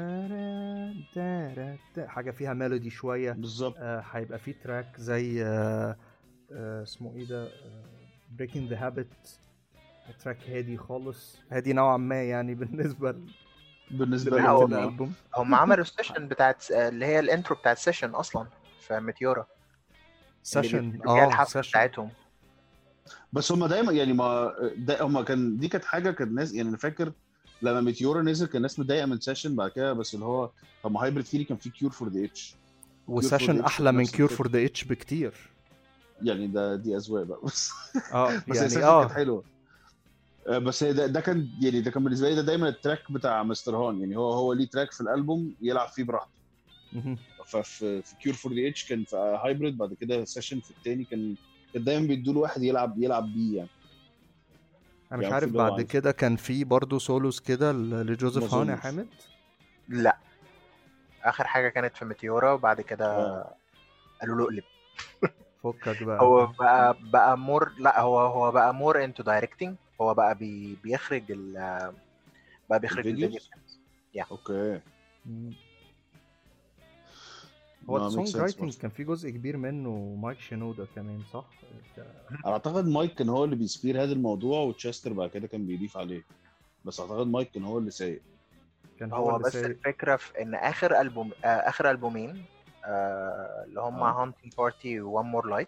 حاجه فيها ميلودي شويه بالظبط. هيبقى في تراك زي اسمه ايه ده، بريكنج ذا هابت، تراك هادي خالص، هادي نوعا ما يعني بالنسبه لهم للالبوم. هم عملوا السيشن بتاعت اللي هي الانترو بتاعت السيشن اصلا في ميتيورا، سيشن الحفله سيشن. بتاعتهم. بس هم دايما يعني ما هم دي كانت حاجه، كانت ناس يعني، انا فاكر لما ميتيورا نزل كان الناس متضايقه من سيشن بعد كده، بس اللي هو طب ما هايبريد ثيري كان في كيور فور ذا اتش، وسيشن احلى من كيور فور ذا اتش بكتير يعني. دي اذواق بقى بس. بس يعني كانت حلوه. بس ده كان يعني، ده كان بالنسبه لي ده دايما التراك بتاع مستر هان، يعني هو ليه تراك في الالبوم يلعب فيه براحته. ففي كيور فور ذا اتش كان في هايبريد، بعد كده سيشن في الثاني كان دايما بيدوا له واحد يلعب بيه يعني. انا مش عارف بعد كده كان في برضه سولوز كده لجوزيف هان يا حامد. لا اخر حاجه كانت في ميتيورا، وبعد كده قالوا له اقلب فكك بقى. هو بقى مور، لا هو بقى مور انتو دايركتنج، هو بقى بيخرج الفيديو. اوكي. هو السونج رايتنج كان في جزء كبير منه مايك شينودا كمان، صح؟ اعتقد مايك كان هو اللي بيسبير هذا الموضوع، وتشستر بعد كده كان بيضيف عليه، بس اعتقد مايك كان هو اللي سايق. هو بس الفكره في ان اخر البومين اللي هم هانتنج بارتي وون مور لايت،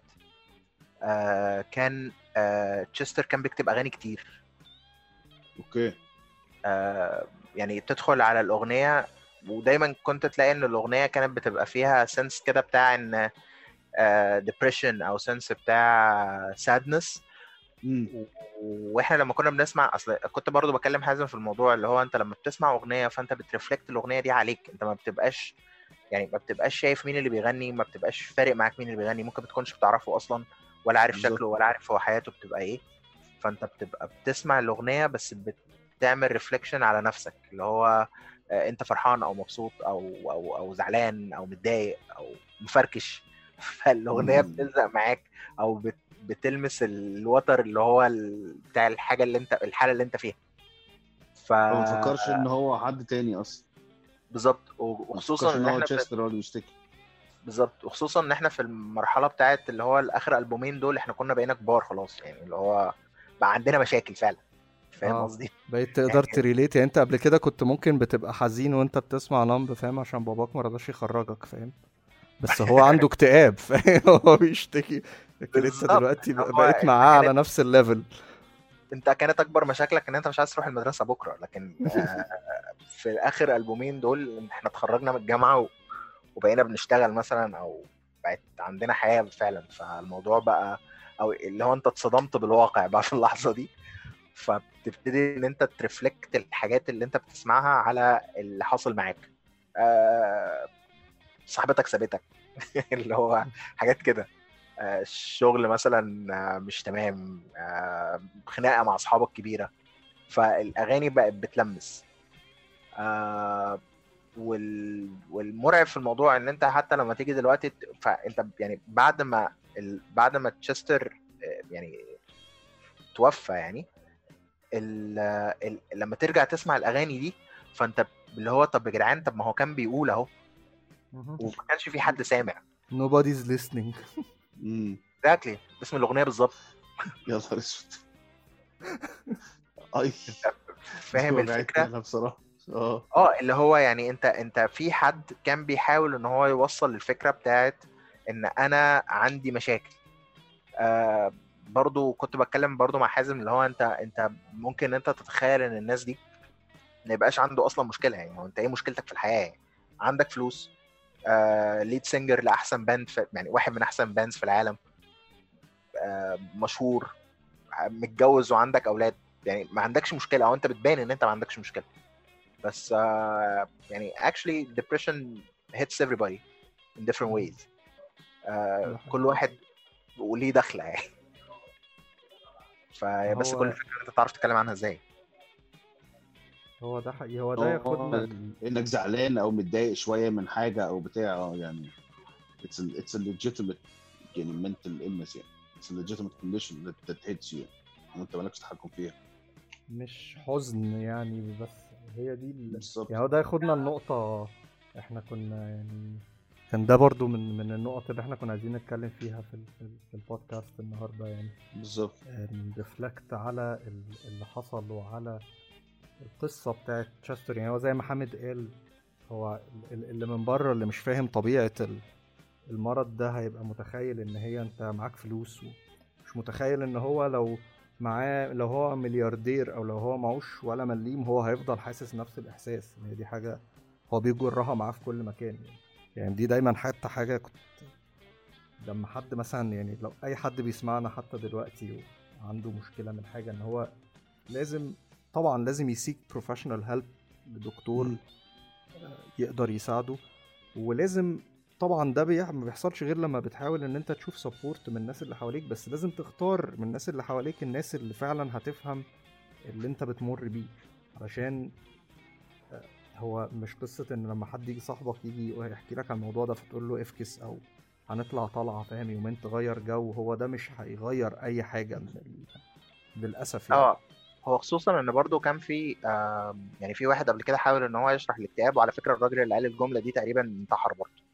كان تشستر كان بيكتب اغاني كتير. اوكي. يعني تدخل على الاغنيه، ودايما كنت تلاقي ان الاغنيه كانت بتبقى فيها سنس كده بتاع ان depression او سنس بتاع sadness. واحنا لما كنا بنسمع، اصل كنت برضو بكلم حازم في الموضوع، اللي هو انت لما بتسمع اغنيه فانت بترفلكت الاغنيه دي عليك، انت ما بتبقاش شايف مين اللي بيغني، ما بتبقاش فارق معاك مين اللي بيغني، ممكن بتكونش بتعرفه اصلا، ولا عارف شكله، ولا عارف هو حياته بتبقى ايه. فانت بتبقى بتسمع الاغنيه بس بتعمل ريفليكشن على نفسك، اللي هو انت فرحان او مبسوط او زعلان او متضايق او مفركش، فالاغنيه بتلزق معاك او بتلمس الوتر اللي هو بتاع الحاله اللي انت فيها. ما تفكرش ان هو حد تاني اصلا. بالظبط. وخصوصا ان احنا تشستر هو اللي بيشتكي. بالظبط. وخصوصا ان احنا في المرحله بتاعت اللي هو الاخر البومين دول احنا كنا بقينا كبار خلاص، يعني اللي هو بقى عندنا مشاكل فعلا. فاهم قصدي؟ بقيت تقدر تريليت. يعني انت قبل كده كنت ممكن بتبقى حزين وانت بتسمع لامب، فاهم، عشان باباك ما رضاش يخرجك، فاهم، بس هو عنده اكتئاب، فاهم، هو بيشتكي. لكن انت دلوقتي بقيت معاه على نفس الليفل. انت كانت اكبر مشاكلك ان انت مش عايز تروح المدرسه بكره، لكن في اخر البومين دول احنا اتخرجنا من الجامعه وبقينا بنشتغل مثلا، او بقت عندنا حياه فعلا، فالموضوع بقى او اللي هو انت اتصدمت بالواقع بقى في اللحظه دي، فبتبتدي ان انت ترفلكت الحاجات اللي انت بتسمعها على اللي حاصل معاك. صاحبتك سابتك اللي هو حاجات كده. الشغل مثلا مش تمام، خناقه مع اصحابك كبيره، فالاغاني بقت بتلمس. والمرعب في الموضوع ان انت حتى لما تيجي دلوقتي فانت يعني بعد ما تشستر يعني توفى يعني، لما ترجع تسمع الاغاني دي فانت اللي هو طب يا جدعان، طب ما هو كان بيقول اهو وما كانش في حد سامع. nobody's listening. exactly اسم الاغنيه بالظبط. يا نهار اسود. اي فاهم الفكره؟ انا بصراحه اللي هو يعني انت في حد كان بيحاول ان هو يوصل الفكره بتاعت ان انا عندي مشاكل. برضو كنت بتكلم برضو مع حازم اللي هو انت ممكن انت تتخيل ان الناس دي ما يبقاش عنده اصلا مشكله. يعني هو انت ايه مشكلتك في الحياه؟ يعني عندك فلوس، ليد سينجر لاحسن باند يعني واحد من احسن باندز في العالم، مشهور، متجوز وعندك اولاد، يعني ما عندكش مشكله، او انت بتبان ان انت ما عندكش مشكله. بس يعني actually depression hits everybody in different ways. كل واحد وليه دخله يعني. بس كل فكره انت تعرف تتكلم عنها ازاي. هو ده حقيقي. هو ده ياخدنا انك زعلان او متضايق شويه من حاجه او بتاع يعني it's a legitimate يعني mental illness يعني it's a legitimate condition that hits you يعني انت مالكش تحكم فيها، مش حزن يعني. بس هي دي بالظبط. يعني هو ده ياخدنا النقطه احنا كنا يعني كان ده برضو من النقط اللي احنا كنا عايزين نتكلم فيها في البودكاست النهارده يعني. بالظبط. ريفلكت على اللي حصل وعلى القصه بتاعت تشستر. يعني هو زي ما حامد قال، هو اللي من بره اللي مش فاهم طبيعه المرض ده هيبقى متخيل ان هي انت معاك فلوس، ومش متخيل ان هو لو هو ملياردير او لو هو معوش ولا مليم هو هيفضل حاسس نفس الاحساس. ان دي حاجه هو بيجرها معاه في كل مكان يعني دي دايما حتى حاجه كنت لما حد مثلا يعني لو اي حد بيسمعنا حتى دلوقتي وعنده مشكله من حاجه ان هو طبعا لازم يسيك بروفيشنال هيلب لدكتور يقدر يساعده. ولازم طبعا ده ما بيحصلش غير لما بتحاول ان انت تشوف سبورت من الناس اللي حواليك، بس لازم تختار من الناس اللي حواليك الناس اللي فعلا هتفهم اللي انت بتمر بيه. علشان هو مش قصة ان لما حد يجي صاحبك يجي يحكي لك عن الموضوع ده فتقول له افكس او هنطلع طلعة فاهم يومين تغير جو. هو ده مش هيغير اي حاجة للأسف يعني. هو خصوصا ان برضو كان في يعني في واحد قبل كده حاول ان هو يشرح الاكتئاب، وعلى فكرة الراجل اللي قال الجملة دي تقريبا انتحر برضو.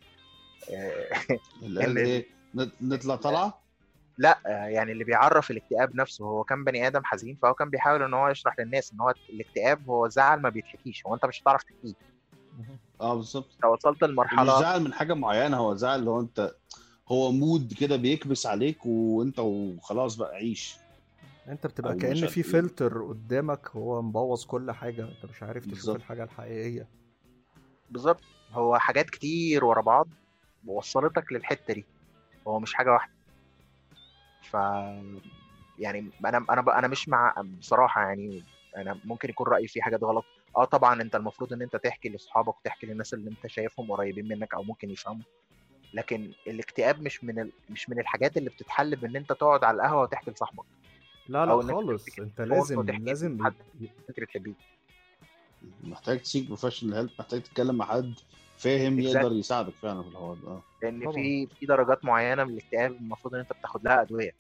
اللي قال ايه نطلع طلعة؟ لا يعني اللي بيعرف الاكتئاب نفسه هو كان بني ادم حزين، فهو كان بيحاول ان هو يشرح للناس ان هو الاكتئاب هو زعل ما بيتحكيش، هو انت مش هتعرف تحكيه. بالظبط. لو وصلت لمرحله مش زعل من حاجه معينه، هو زعل اللي هو انت هو مود كده بيكبس عليك وانت وخلاص بقى عيش. انت بتبقى كأن في فلتر قدامك هو مبوظ كل حاجه، انت مش عارف تشوف الحاجه الحقيقيه. بالظبط. هو حاجات كتير ورا بعض وصلتك للحته دي، هو مش حاجه واحده. ف يعني انا مش مع بصراحه. يعني انا ممكن يكون رايي فيه حاجات غلط. طبعا انت المفروض ان انت تحكي لاصحابك وتحكي للناس اللي انت شايفهم قريبين منك او ممكن يفهموا. لكن الاكتئاب مش من الحاجات اللي بتتحل بان انت تقعد على القهوه وتحكي لصاحبك. لا خالص. انت لازم فكره تحبيه. محتاج تسيك بروفيشنال هيلب، محتاج تتكلم مع حد فاهم يقدر يساعدك فعلا في الحوار ده. لان في درجات معينه من الاكتئاب المفروض ان انت بتاخد لها ادويه.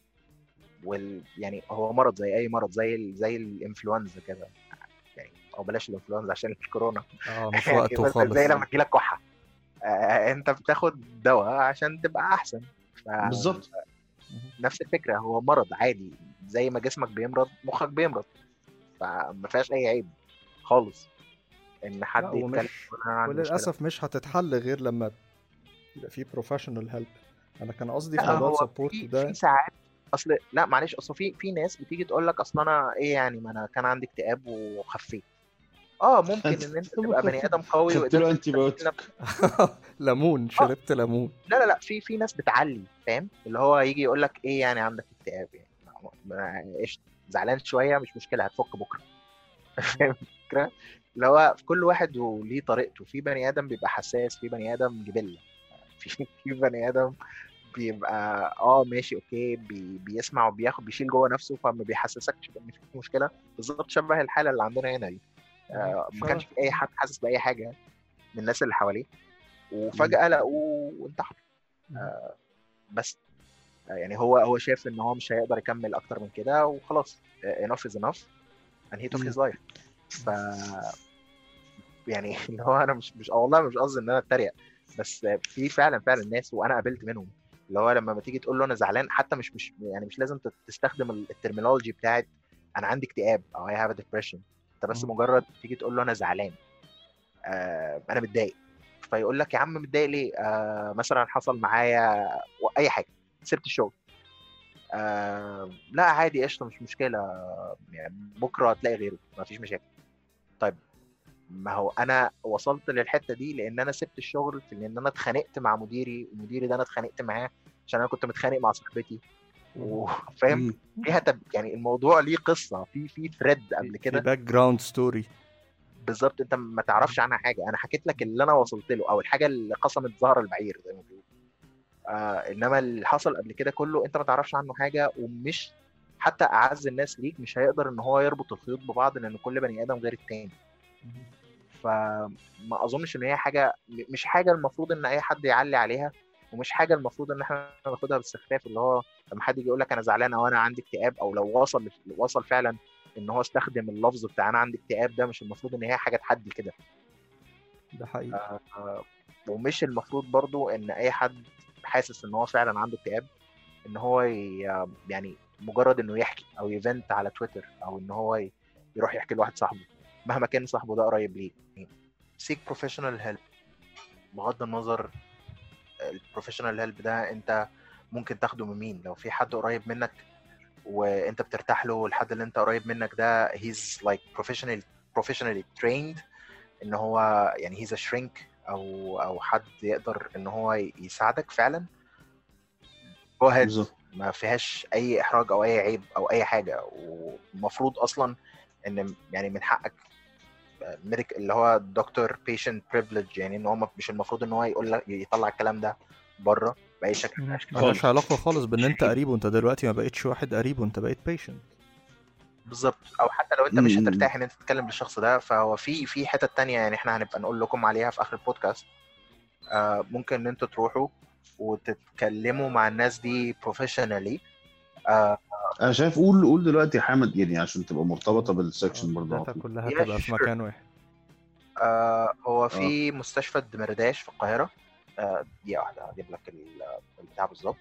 يعني هو مرض زي اي مرض، زي الانفلونزا كده يعني، او بلاش الانفلونزا عشان الكورونا مش وقته خالص. زي لما تجيلك كحه انت بتاخد دواء عشان تبقى احسن. بالظبط. نفس الفكره، هو مرض عادي زي ما جسمك بيمرض مخك بيمرض، فما فيهاش اي عيب خالص ان حد يتكلم. وللاسف مش هتتحل غير لما يبقى في بروفيشنال هيلب. انا كان قصدي في موضوع السبورت ده في ساعات اصل لا معلش، اصل في ناس بتيجي تقول لك اصل انا ايه يعني، ما انا كان عندي اكتئاب وخفيت. ممكن ان انت تبقى بني ادم قوي خدت له انتي بايوتيك. ليمون، شربت ليمون. لا في ناس بتعلي، فاهم؟ اللي هو يجي يقول لك ايه يعني عندك اكتئاب يعني، ايش زعلان شويه مش مشكله هتفك بكره. فاهم الفكره؟ اللي هو في كل واحد وليه طريقته. في بني ادم بيبقى حساس، في بني ادم جبله، في بني ادم بيبقى ماشي اوكي، بيسمع وبياخد بيشيل جوه نفسه، فما بيحسسكش ان في مشكله. بالظبط شبه الحاله اللي عندنا هنا دي. ما كانش في اي حد حاسس باي حاجه من الناس اللي حواليه، وفجاه لقوه وانتحر. بس يعني هو شايف ان هو مش هيقدر يكمل اكتر من كده وخلاص. enough is enough and he took his life. ف يعني اللي هو انا مش والله مش قصدي ان انا اتريق، بس في فعلا ناس وانا قابلت منهم، اللي هو لما تيجي تقول له انا زعلان، حتى مش يعني مش لازم تستخدم الترمينولوجي بتاعت انا عندي اكتئاب او I have a depression. انت بس مجرد تيجي تقول له انا زعلان، انا متضايق، فيقول لك يا عم متضايق ليه؟ مثلا حصل معايا اي حاجه، سبت الشغل، لا عادي قشطه مش مشكله، يعني بكره هتلاقي غيره مفيش مشاكل. طيب ما هو انا وصلت للحته دي لان انا سبت الشغل، في ان انا اتخانقت مع مديري، ومديري ده انا اتخانقت معاه عشان انا كنت متخانق مع صاحبتي، وفاهم فيها يعني الموضوع ليه قصه في ثريد قبل كده، في باك جراوند ستوري. بالظبط انت ما تعرفش عنها حاجه. انا حكيت لك اللي انا وصلت له، او الحاجه اللي قسمت ظهر البعير زي ما بيقولوا. انما اللي حصل قبل كده كله انت ما تعرفش عنه حاجه، ومش حتى اعز الناس ليك مش هيقدر ان هو يربط الخيوط ببعض، لان كل بني ادم غير التاني. فما اظنش ان هي حاجه، مش حاجه المفروض ان اي حد يعلي عليها، ومش حاجه المفروض ان احنا ناخدها باستخفاف. اللي هو لما حد يجي يقول لك انا زعلان او انا عندي اكتئاب، او لو وصل فعلا ان هو استخدم اللفظ بتاع انا عندي اكتئاب، ده مش المفروض ان هي حاجه تحدي كده. ده حقيقي. ومش المفروض برضو ان اي حد حاسس ان هو فعلا عنده اكتئاب ان هو يعني مجرد انه يحكي او يفنت على تويتر، او ان هو يروح يحكي لواحد صاحبه مهما كان صاحبه ده قريب ليه. seek professional help. بغض النظر البروفيشنال هيلب ده انت ممكن تاخده من مين. لو في حد قريب منك وانت بترتاح له، الحد اللي انت قريب منك ده he's like professionally trained ان هو يعني he's a shrink او حد يقدر ان هو يساعدك فعلا، go ahead. ما فيهاش اي احراج او اي عيب او اي حاجه. ومفروض اصلا ان يعني من حقك اللي هو دكتور بيشنت بريفليج، يعني ان هو مش المفروض ان هو يقول لك يطلع الكلام ده بره باي شكل من الاشكال. ملهاش علاقه خالص بان انت قريب، وانت دلوقتي ما بقتش واحد قريب وانت بقيت بيشنت. بالظبط. او حتى لو انت مش هترتاح ان انت تتكلم للشخص ده، فهو في حتة تانية يعني احنا هنبقى نقول لكم عليها في اخر البودكاست. ممكن ان انتوا تروحوا وتتكلموا مع الناس دي بروفيشنالي. انا شايف قول دلوقتي يا حامد، يعني عشان تبقى مرتبطه بالسكشن برضه. الداتا كلها تبقى في مكان واحد. هو في مستشفى الدمرداش في القاهره. دقيقه واحده هجيب لك البتاع بالظبط.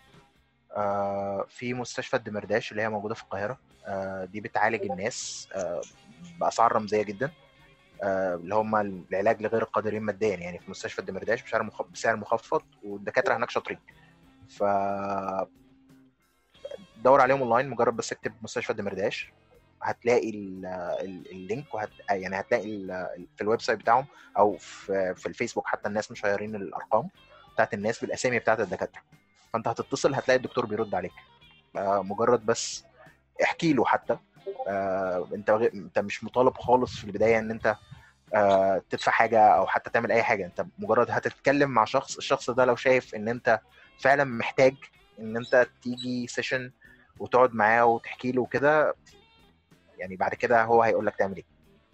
في مستشفى الدمرداش اللي هي موجوده في القاهره. دي بتعالج الناس باسعار رمزيه جدا، اللي هم العلاج لغير القادرين ماديا، يعني في مستشفى الدمرداش بسعر مخفض، والدكاتره هناك شاطرين. ف دور عليهم اونلاين، مجرد بس اكتب مستشفى الدمرداش هتلاقي اللينك، يعني هتلاقي في الويب سايت بتاعهم او في الفيسبوك. حتى الناس مشيرين الارقام بتاعت الناس بالاسامي بتاعت الدكاتره، فانت هتتصل هتلاقي الدكتور بيرد عليك. مجرد بس احكي له. حتى انت مش مطالب خالص في البدايه ان انت تدفع حاجه او حتى تعمل اي حاجه. انت مجرد هتتكلم مع الشخص ده لو شايف ان انت فعلا محتاج ان انت تيجي سيشن وتقعد معاه وتحكي له كده، يعني بعد كده هو هيقول لك تعمل ايه.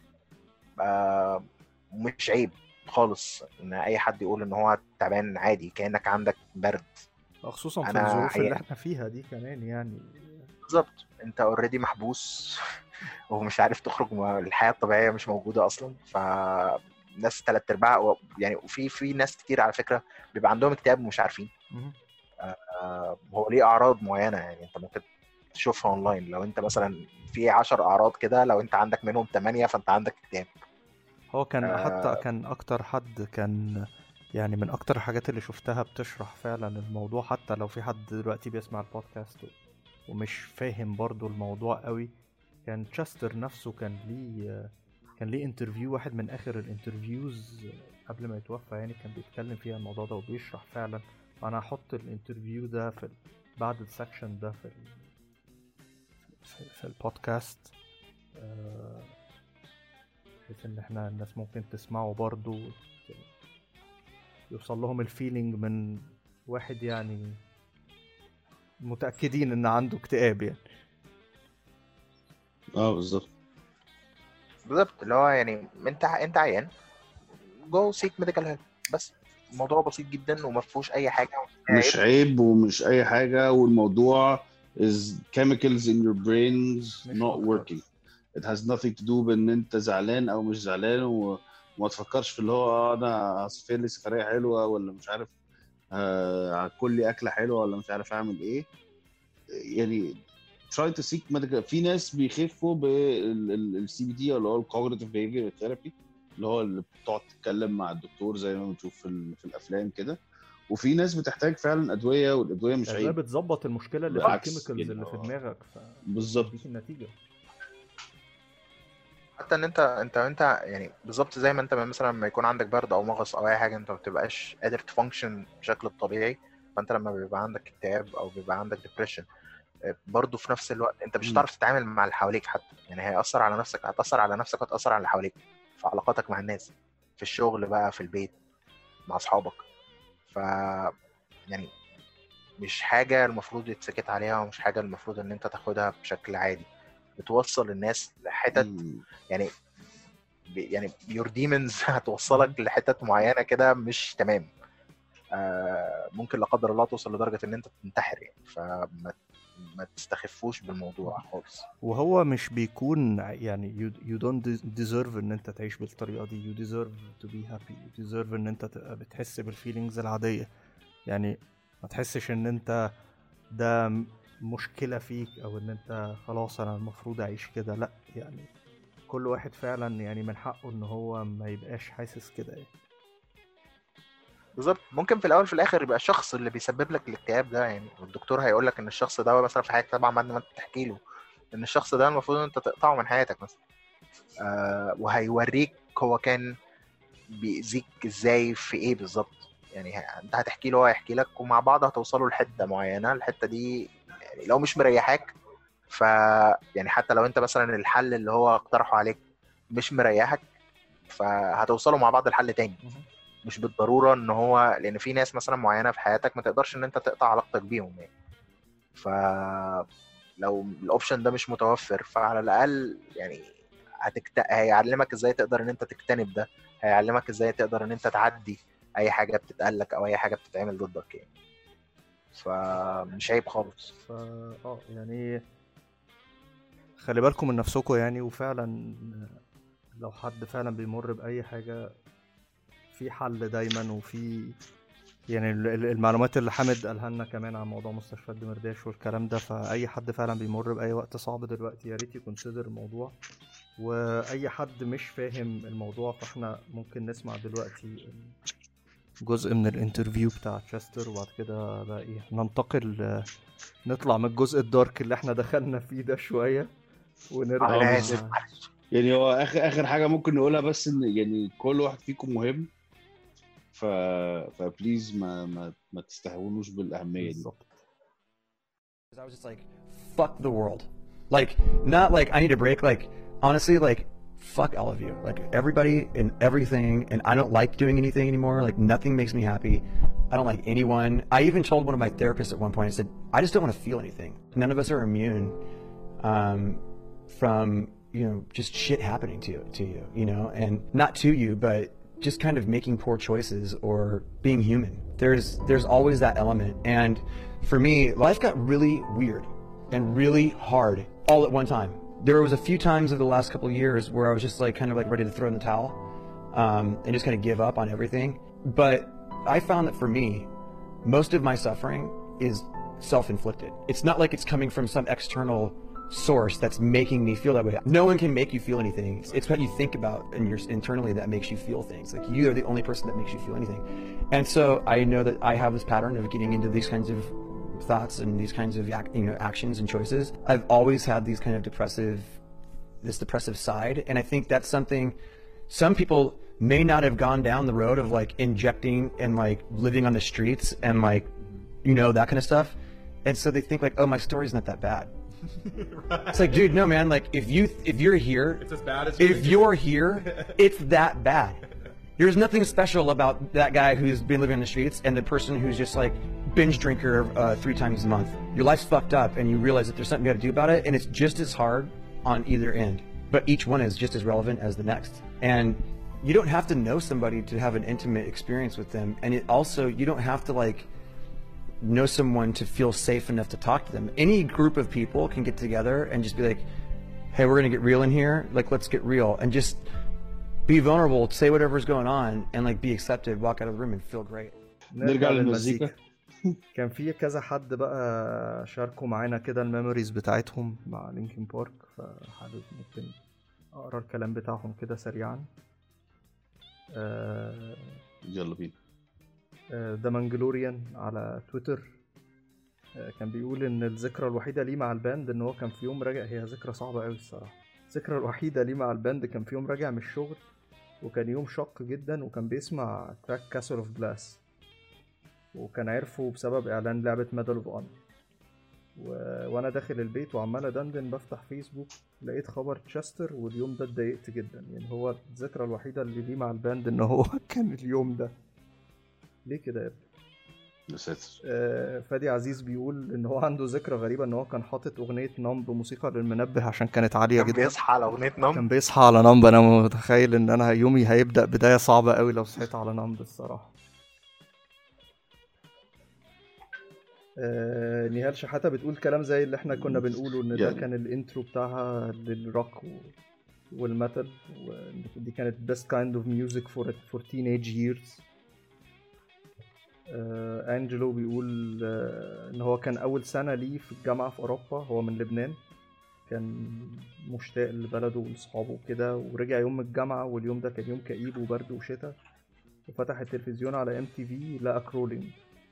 مش عيب خالص ان اي حد يقول ان هو تعبان، عادي كانك عندك برد، خصوصا في الظروف اللي احنا فيها دي كمان. يعني بالظبط انت اوريدي محبوس ومش عارف تخرج، الحياه الطبيعيه مش موجوده اصلا. فناس 3/4 يعني، وفي ناس كتير على فكره بيبقى عندهم اكتئاب ومش عارفين. هو ليه اعراض معينه، يعني انت ممكن تشوفها اونلاين. لو انت مثلا في 10 اعراض كده، لو انت عندك منهم 8 فانت عندك اكتئاب. هو كان حتى كان اكتر حد كان يعني من اكتر الحاجات اللي شفتها بتشرح فعلا الموضوع. حتى لو في حد دلوقتي بيسمع البودكاست ومش فاهم برضو الموضوع قوي، كان تشستر نفسه كان ليه كان ليه انترفيو، واحد من اخر الانترفيوز قبل ما يتوفى يعني، كان بيتكلم فيها الموضوع ده وبيشرح فعلا. انا هحط الانترفيو ده بعد السكشن ده في البودكاست، بحيث ان احنا الناس ممكن تسمعه برضو، يوصل لهم الفيلينج من واحد يعني متأكدين ان عنده اكتئاب يعني. بالظبط اللي هو يعني انت عيان، جو سيك ميديكال هيلب، بس الموضوع بسيط جدا وما فيهوش اي حاجه. مش عيب ومش اي حاجه، والموضوع is chemicals in your brains مش not أكتر. working. it has nothing to do بان انت زعلان او مش زعلان، وما تفكرش في اللي هو انا هصفر لي سفريه حلوه، ولا مش عارف هاكل لي اكله حلوه، ولا مش عارف اعمل ايه يعني. try to seek medical. في ناس بيخفوا بالسي بي دي اللي هو الكوجنيتيف بيهيفير ثيرابي، اللي هو اللي بتقعد تتكلم مع الدكتور زي ما بنشوف في الافلام كده. وفي ناس بتحتاج فعلا ادويه، والادويه مش الأدوية عيب. بتظبط المشكلة اللي في بالعكس الكيميكالز يعني اللي في دماغك، بالظبط. دي النتيجة. حتى ان انت يعني بالظبط زي ما انت مثلا لما يكون عندك برد او مغص او اي حاجه، انت ما بتبقاش قادر تفانكشن بشكل الطبيعي. فانت لما بيبقى عندك اكتئاب او بيبقى عندك ديبريشن، برضه في نفس الوقت انت مش هتعرف تتعامل مع اللي حواليك حتى. يعني هيأثر على نفسك، هتأثر على نفسك وهتأثر على اللي حواليك، في علاقاتك مع الناس، في الشغل بقى، في البيت، مع اصحابك. ف يعني مش حاجه المفروض يتسكت عليها، ومش حاجه المفروض ان انت تاخدها بشكل عادي. بتوصل الناس لحتت يعني your demons هتوصلك لحتت معينه كده مش تمام. ممكن لا قدر الله توصل لدرجه ان انت تنتحر يعني. فما تستخفوش بالموضوع خالص. وهو مش بيكون يعني you don't deserve ان انت تعيش بالطريقة دي. you deserve to be happy. you deserve ان انت تبقى بتحس بالفيلينجز العادية. يعني ما تحسش ان انت ده مشكلة فيك، او ان انت خلاص انا المفروض اعيش كده. لا يعني كل واحد فعلا يعني من حقه ان هو ما يبقاش حاسس كده يعني. بالظبط. ممكن في الاول في الاخر يبقى الشخص اللي بيسبب لك الاكتئاب ده يعني، والدكتور هيقول لك ان الشخص ده مثلا في حياتك، طبعا بعد ما انت تحكي له ان الشخص ده المفروض ان انت تقطعه من حياتك مثلا، وهيوريك هو كان بيأذيك ازاي في ايه بالظبط. يعني انت هتحكي له، هو هيحكي لك، ومع بعض هتوصلوا لحته معينه. الحته دي يعني لو مش مريحاك، ف يعني حتى لو انت مثلا الحل اللي هو اقترحه عليك مش مريحك، فهتوصلوا مع بعض لحل تاني. مش بالضروره ان هو، لان في ناس مثلا معينه في حياتك ما تقدرش ان انت تقطع علاقتك بيهم يعني. فلو الاوبشن ده مش متوفر، فعلى الاقل يعني هيعلمك ازاي تقدر ان انت تجتنب ده، هيعلمك ازاي تقدر ان انت تعدي اي حاجه بتتقالك او اي حاجه بتتعمل ضدك يعني. فمش عيب خالص. يعني خلي بالكم من نفسكم يعني. وفعلا لو حد فعلا بيمر بأي حاجة، في حل دايما. وفي يعني المعلومات اللي حامد قالها لنا كمان عن موضوع مستشفى الدمرداش والكلام ده، فأي حد فعلا بيمر بأي وقت صعب دلوقتي يا ريت يكونسيدر الموضوع. وأي حد مش فاهم الموضوع، فاحنا ممكن نسمع دلوقتي جزء من الانترفيو بتاع تشستر، وبعد كده بقى ايه ننتقل نطلع من الجزء الدارك اللي احنا دخلنا فيه ده شوية ونرجع. انا اسف. يعني هو اخر حاجه ممكن نقولها بس ان يعني كل واحد فيكم مهم، فبليز ما تستهونوش بالاهميه دي. I was just like, fuck the world. Like, not like I need a break. Like, honestly, like, fuck all of you. Like, everybody and everything. And I don't like doing anything anymore. Like, nothing makes me happy. I don't like anyone. I even told one of my therapists at one point, I said, I just don't want to feel anything. None of us are immune from, you know, just shit happening to you, you know, and not to you, but just kind of making poor choices or being human. There's always that element. And for me, life got really weird and really hard all at one time. There was a few times over the last couple of years where I was just like kind of like ready to throw in the towel and just kind of give up on everything. But I found that for me, most of my suffering is self-inflicted. It's not like it's coming from some external source that's making me feel that way. No one can make you feel anything. It's what you think about and internally that makes you feel things. Like, you are the only person that makes you feel anything. And so I know that I have this pattern of getting into these kinds of thoughts and these kinds of actions and choices. I've always had these kind of depressive this depressive side. And I think that's something some people may not have gone down the road of like injecting and like living on the streets and like, you know, that kind of stuff. And so they think like, oh, my story's not that bad. Right. It's like, dude, no, man, like if you're here, It's as bad as if you're here, it's that bad. There's nothing special about that guy who's been living on the streets and the person who's just like binge drinker 3 times a month. Your life's fucked up and you realize that there's something you got to do about it, and it's just as hard on either end. But each one is just as relevant as the next. And you don't have to know somebody to have an intimate experience with them. And it also, you don't have to like know someone to feel safe enough to talk to them. Any group of people can get together and just be like, hey, we're going to get real in here. Like, let's get real. And just be vulnerable, say whatever's going on, and like be accepted, walk out of the room and feel great. نرجع للمزيكا. كان في كذا حد بقى شاركوا معانا كده الميموريز بتاعتهم مع لينكن بارك، فحابب ممكن اقرا الكلام بتاعهم كده سريعا. يلا بينا. ده مانجلوريان على تويتر كان بيقول ان الذكرى الوحيده ليه مع الباند ان هو كان في يوم راجع، هي ذكرى صعبه قوي الصراحه. الذكرى الوحيده ليه مع الباند كان في يوم راجع من الشغل، وكان يوم شاق جدا، وكان بيسمع تراك كاسل اوف جلاس، وكان عرفه بسبب اعلان لعبه ميدل اوف اونر. وانا داخل البيت وعمال ادندن بفتح فيسبوك لقيت خبر تشستر، واليوم ده اتضايقت جدا. يعني هو الذكرى الوحيده اللي ليه مع الباند ان هو كان اليوم ده. ليه كده يا ابني؟ يا ساتر. فادي عزيز بيقول ان هو عنده ذكرى غريبه ان هو كان حاطط اغنيه نمب موسيقى للمنبه عشان كانت عاليه كان جدا. بيصحى على اغنيه نمب. كان بيصحى على نمب. انا متخيل ان انا يومي هيبدا بدايه صعبه قوي لو صحيت على نمب الصراحه. نهال شحاته بتقول كلام زي اللي احنا كنا بنقوله، ان ده يعني. كان الانترو بتاعها للروك والميتال، ودي كانت best kind of music for teenage years. أنجلو بيقول ان هو كان اول سنة ليه في الجامعة في اوروبا، هو من لبنان، كان مشتاق لبلده ولاصحابه وكده، ورجع يوم الجامعة واليوم ده كان يوم كئيب وبرد وشتاء، وفتح التلفزيون على MTV لقى كرولينج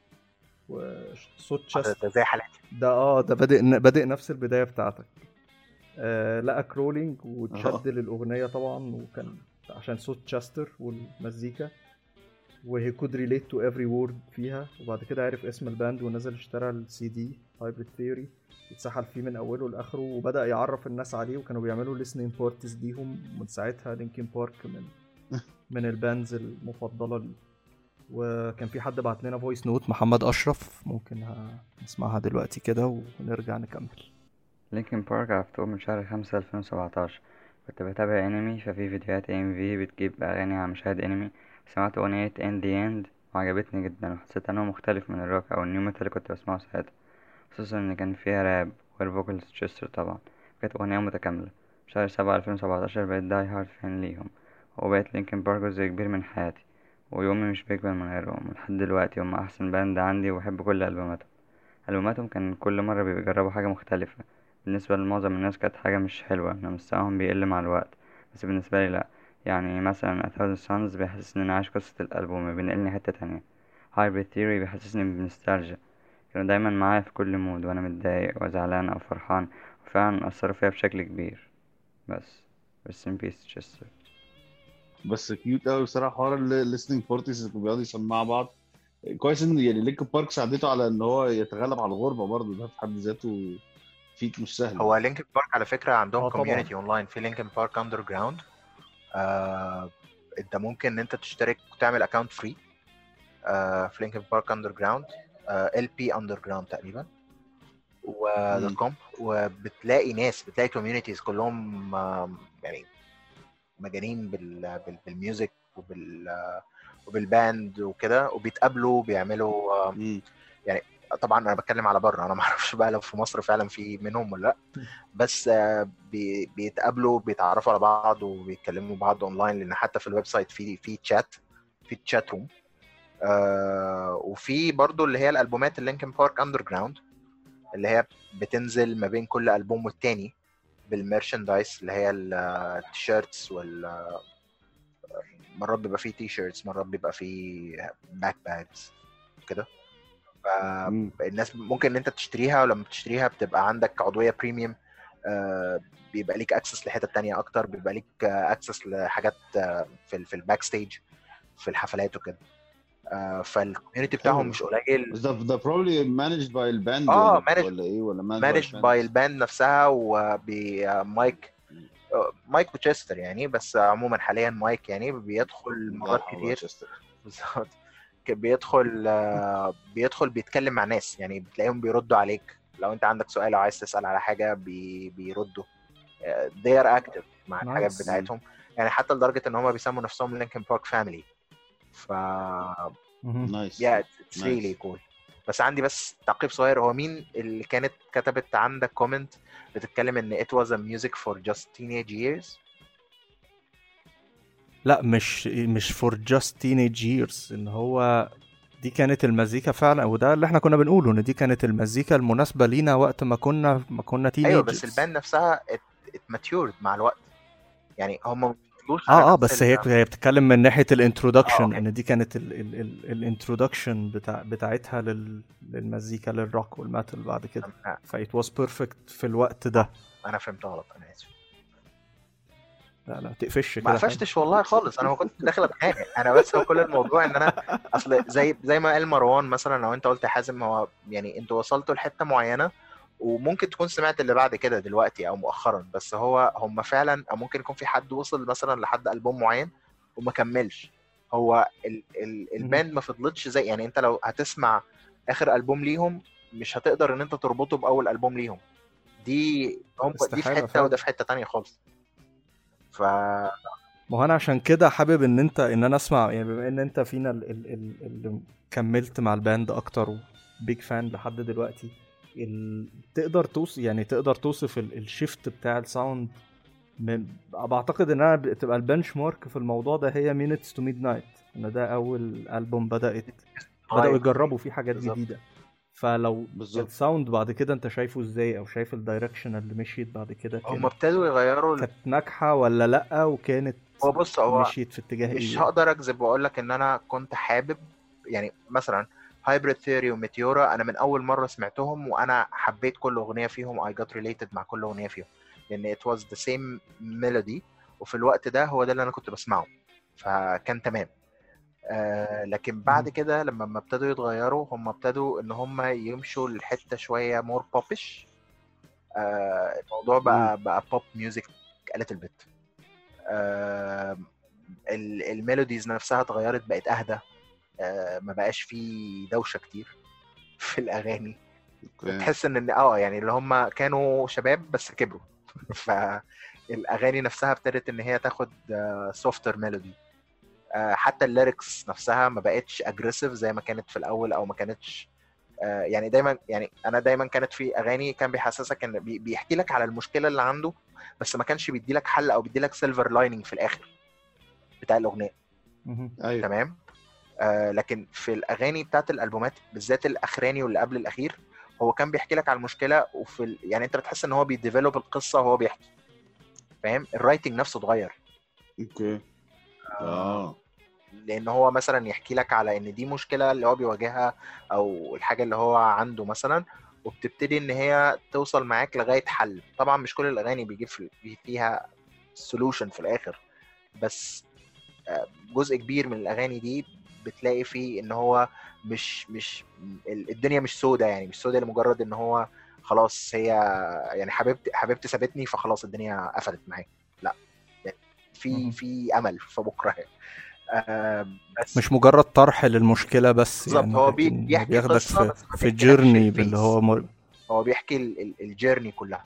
وصوت تشست. ده زي حالاتي. ده بادئ نفس البداية بتاعتك. لقى كرولينج وتشد للأغنية طبعا، وكان عشان صوت تشستر والمزيكا، وهي could relate to every word فيها. وبعد كده عرف اسم الباند ونزل اشترى السي دي Hybrid Theory، اتسحل فيه من اوله لاخره، وبدأ يعرف الناس عليه، وكانوا بيعملوا listening parties ليهم. من ساعتها لينكن بارك من الباندز المفضلة لي. وكان في حد بعت لنا فويس نوت، محمد اشرف، ممكن نسمعها دلوقتي كده ونرجع نكمل. لينكن بارك عرفته من شهر 5 2017. كنت بتابع انمي، ففي فيديوهات AMV بتجيب اغاني عن مشاهد انمي. سمعت اغنية In The End وعجبتني جدا، وحسيت انه مختلف من الروك او النيو ميتال اللي كنت بسمعه ساعتها، خصوصا ان كان فيها راب والفوكالز تشستر طبعا. كانت اغنية متكاملة. شهر 7 2017 بقيت داي هارد فان ليهم، وبقيت لينكن بارك جزء كبير من حياتي، ويومي مش بيكمل من غيرهم. ولحد دلوقتي هم احسن باند عندي، وبحب كل ألبوماتهم كان كل مرة بيجربوا حاجة مختلفة. بالنسبة لمعظم الناس كانت حاجة مش حلوة، ان مستواهم بيقل مع الوقت، بس بالنسبة لي لا. يعني مثلا A Thousand Suns بيحسسني اني عايش قصة الألبوم، بينقلني حتة تانية. Hybrid Theory بيحسسني بنوستالجيا، كانوا دايما معايا في كل مود، وانا متضايق وزعلان او فرحان، وفعلا أثروا فيا بشكل كبير. بس Rest in Peace Chester. بس كيوت قوي بصراحه حوار الليسننج بارتيز اللي بيقعدوا يسمعوا بعض. كويس ان يعني لينكن بارك ساعدته على ان هو يتغلب على الغربه برضه، ده في حد ذاته فيك مش سهل. هو لينكن بارك على فكره عندهم طبعاً. كوميونتي اونلاين في لينكن بارك اندر جراوند. انت ممكن ان انت تشترك وتعمل اكونت فري في لينكن بارك اندر جراوند، LP اندر جراوند تقريبا و .com، وبتلاقي ناس، بتلاقي كوميونيتيز كلهم يعني مجانين بالميوزك وبالباند وكده، وبيتقابلوا بيعملوا يعني. طبعا انا بتكلم على بره، انا ما اعرفش بقى لو في مصر فعلا في منهم ولا لا، بس بيتقابلوا بيتعرفوا على بعض وبيتكلموا بعض اونلاين، لان حتى في الويب سايت في تشات روم. وفي برضو اللي هي الالبومات اللينكن بارك اندر جراوند، اللي هي بتنزل ما بين كل البوم والتاني بالميرشندايز، اللي هي التيشيرتس مرات بيبقى فيه تي شيرتس، مرات بيبقى فيه باك باجز كده. فالناس ممكن ان انت تشتريها، ولما تشتريها بتبقى عندك عضويه بريميوم بيبقى ليك اكسس لحتت تانية اكتر، بيبقى ليك اكسس لحاجات في الباك ستيج في الحفلات وكده. فالكوميونتي بتاعهم حلو. مش قليل. بس ده probably managed by الباند managed ولا ايه، ولا managed by مانجد الفانز؟ باي الباند نفسها وبمايك مايك وتشستر يعني. بس عموما حاليا مايك يعني بيدخل مرات كتير بالظبط. بيدخل بيتكلم مع ناس، يعني بتلاقيهم بيردوا عليك لو انت عندك سؤال او عايز تسأل على حاجة بيردوا. they are active مع الحاجات Nice. بتاعتهم يعني، حتى لدرجة ان هم بيسموا نفسهم لينكن بارك فاميلي. ف نايس. yeah it's Nice. really cool. بس عندي بس تعقيب صغير، هو مين اللي كانت كتبت عندك كومنت بتتكلم ان it was a music for just teenage years؟ لا مش for just teenage years، ان هو دي كانت المزيكا فعلا، وده اللي احنا كنا بنقوله، ان دي كانت المزيكا المناسبة لينا وقت ما كنا teenagers. ايوه بس الباند نفسها it matured مع الوقت يعني، هم ما بيفضلوش على نفس بس هي بتتكلم من ناحية الانترودكشن، أوكي. ان دي كانت الانترودكشن بتاعتها للمزيكا للروك والميتال بعد كده. فايت واز بيرفكت في الوقت ده. انا فهمت غلط، انا اسف. لا تقفش ما كده حاجة. قفشتش والله خالص، انا ما كنت داخل اتخانق انا، بس هو كل الموضوع ان انا اصل زي ما قال مروان مثلا، لو انت قلت يا حازم، هو يعني انتوا وصلتوا لحته معينه وممكن تكون سمعت اللي بعد كده دلوقتي او مؤخرا، بس هم فعلا، او ممكن يكون في حد وصل مثلا لحد ألبوم معين وما كملش. هو الباند ما فضلتش زي يعني، انت لو هتسمع اخر ألبوم ليهم مش هتقدر ان انت تربطه باول ألبوم ليهم. دي في حته فعلا. وده في حته تانية خالص. ف ما هو انا عشان كده حابب ان انا اسمع، يعني بما ان انت فينا اللي كملت مع الباند اكتر وبيج فان لحد دلوقتي، تقدر توصف الشيفت بتاع الساوند. بعتقد ان انا بتبقى البنش مارك في الموضوع ده هي Minutes to Midnight، ان ده اول ألبوم بدأوا يجربوا فيه حاجات بالزبط. جديدة. فلو بالظبط. الساوند بعد كده انت شايفه ازاي، او شايف الدايركشن اللي مشيت بعد كده هم ابتدوا يغيروا كانت ناجحة ولا لأ، وكانت هو مشيت في اتجاه مش ايه؟ هقدر اكذب واقول لك ان انا كنت حابب يعني مثلا هايبريد ثيوري وميتيورا، انا من اول مره سمعتهم وانا حبيت كل اغنيه فيهم. I got related مع كل اغنيه فيهم لان it was the same melody، وفي الوقت ده هو ده اللي انا كنت بسمعه، فكان تمام. لكن بعد كده لما ابتدوا يتغيروا، هم ابتدوا ان هم يمشوا لحته شويه مور بوبش. الموضوع بقى بوب ميوزك قلت البت. الميلوديز نفسها اتغيرت، بقت اهدى. ما بقاش فيه دوشه كتير في الاغاني. تحس ان يعني اللي هم كانوا شباب بس كبروا فالاغاني نفسها ابتدت ان هي تاخد سوفتر ميلودي. حتى الليركس نفسها ما بقتش اجريسيف زي ما كانت في الاول، او ما كانتش يعني دايما، يعني انا دايما كانت في اغاني كان بيحسسك ان بيحكي لك على المشكله اللي عنده، بس ما كانش بيدي لك حل او بيدي لك سيلفر لايننج في الاخر بتاع الاغنيه. أيوة. تمام. لكن في الاغاني بتاعت الالبومات بالذات الاخراني واللي قبل الاخير، هو كان بيحكي لك على المشكله، وفي يعني انت بتحس ان هو بيديفلوب القصه وهو بيحكي، فاهم؟ الرايتنج نفسه اتغير. اوكي. لان هو مثلا يحكي لك على ان دي مشكله اللي هو بيواجهها او الحاجه اللي هو عنده مثلا، وبتبتدي ان هي توصل معاك لغايه حل. طبعا مش كل الاغاني بيجيب فيها سولوشن في الاخر، بس جزء كبير من الاغاني دي بتلاقي فيه ان هو مش الدنيا مش سودة، يعني مش سودة لمجرد ان هو خلاص هي يعني حبيبتي سابتني فخلاص الدنيا قفلت معايا. لا، يعني في امل في بكره. بس مش مجرد طرح للمشكله بس، بالظبط. يعني هو بيحكي قصه في جيرني اللي هو بيحكي الجيرني كلها.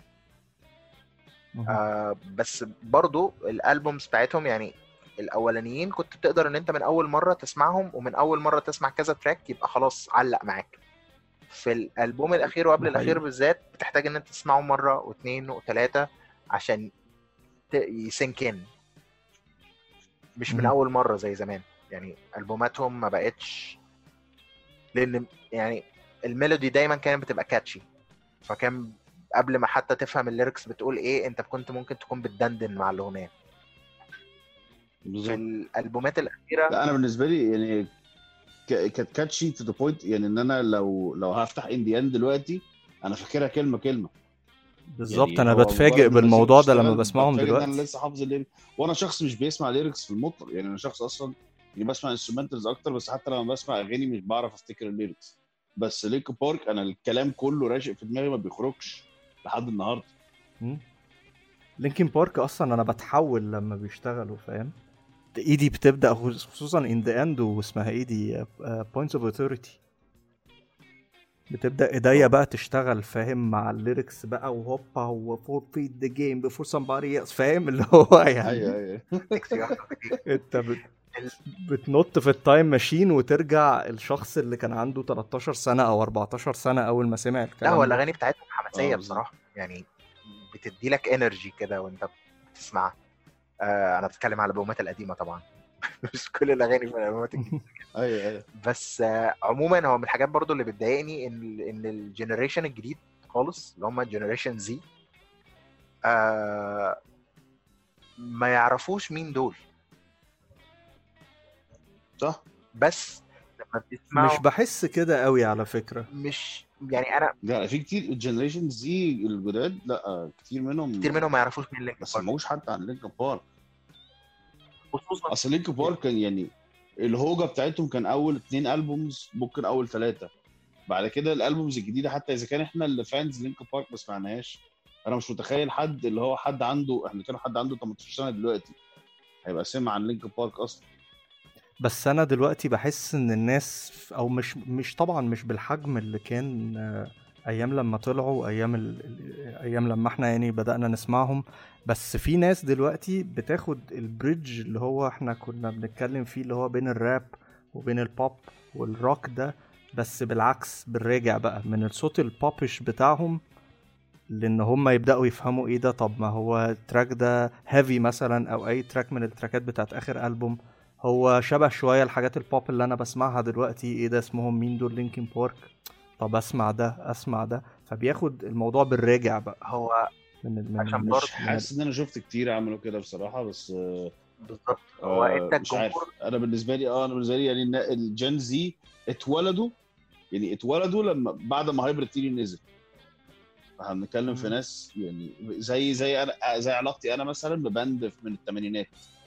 بس برضو الالبومز بتاعتهم يعني الاولانيين كنت بتقدر ان انت من اول مره تسمعهم، ومن اول مره تسمع كذا تراك يبقى خلاص علق معاك. في الالبوم الاخير وقبل الاخير بالذات بتحتاج ان انت تسمعه مره واثنين وثلاثه عشان يسنكن، مش من اول مره زي زمان. يعني البوماتهم ما بقتش، لان يعني الميلودي دايما كانت بتبقى كاتشي، فكان قبل ما حتى تفهم الليركس بتقول ايه انت كنت ممكن تكون بتدندن مع الاغنيه. في الالبومات الاخيره لا انا بالنسبه لي يعني كانت كاتشي تو ذا بوينت، يعني ان انا لو هفتح انديان دلوقتي انا فاكرها كلمه كلمه، بالظبط يعني انا هو بتفاجئ مجرد ما الرزيق بالموضوع ده لما بتشتغل بسمعهم بتفاجئ ان انا دلوقتي. لسه حافظ الليركس، وانا شخص مش بيسمع ليركس في المطلق، يعني انا شخص اصلا يعني بسمع انسترومنتالز اكتر، بس حتى لما بسمع اغاني مش بعرف افتكر الليركس. بس لينك بارك انا الكلام كله راشق في دماغي ما بيخرجش لحد النهارده. لينكن بارك اصلا انا بتحول لما بيشتغلوا، فاهم؟ ايدي بتبدا خصوصا ان ذا اند، واسمها ايه دي، بوينتس اوف اوثوريتي، بتبدا ايديا بقى تشتغل، فاهم؟ مع الليركس بقى، وهوبا وفور فيد ذا جيم بيفور somebody else، فاهم اللي هو يعني ايوه انت بتنط في التايم ماشين وترجع الشخص اللي كان عنده 13 سنه او 14 سنه اول ما سمع لا الكلام هو ده. الاغاني بتاعتهم حماسيه بالظبط. بصراحه، يعني بتدي لك انرجي كده وانت بتسمعها. انا بتكلم على الالبومات القديمه طبعا مش كل الاغاني في الالبومات الجديده. ايوه بس عموما هو من الحاجات برضو اللي بتضايقني ان الجنريشن الجديد خالص اللي هم جنريشن زي ما يعرفوش مين دول، صح. بس لما بتسمعوا مش بحس كده قوي على فكره. مش يعني انا لا في كتير الجنريشن زي الجداد، لا كتير منهم ما يعرفوش مين لينكن ما بارك سمعوش حتى عن لينكن بارك. خصوصا. اصل لينكن بارك كان يعني الهوجه بتاعتهم كان اول 2 البومز، ممكن اول 3. بعد كده الالبومز الجديده حتى اذا كان احنا اللي فانز لينكن بارك ما سمعناهاش. انا مش متخيل حد اللي هو حد عنده، احنا كان حد عنده 18 سنه دلوقتي هيبقى سمع عن لينكن بارك اصلا. بس انا دلوقتي بحس ان الناس او مش طبعا مش بالحجم اللي كان ايام لما طلعوا، ايام لما احنا يعني بدأنا نسمعهم. بس في ناس دلوقتي بتاخد البريدج اللي هو احنا كنا بنتكلم فيه، اللي هو بين الراب وبين البوب والروك ده، بس بالعكس بالراجع بقى من الصوت البوبش بتاعهم، لان هم يبدأوا يفهموا ايه ده. طب ما هو التراك ده هيفي مثلا، او اي تراك من التراكات بتاعت اخر ألبوم هو شبه شوية الحاجات البوب اللي انا بسمعها دلوقتي. ايه ده اسمهم مين دول؟ لينكن بارك. طب اسمع ده. فبياخد الموضوع بالراجع بقى هو من عشان مش برضه حاسس ان انا شفت كتير عملوا كده بصراحه، بس بالظبط هو انت مش عارف. الجمهور انا بالنسبه لي يعني الجن زي اتولدوا لما بعد ما هايبر تيري نزل. هنتكلم في ناس يعني زي انا، زي علاقتي انا مثلا بباند من الثمانينات.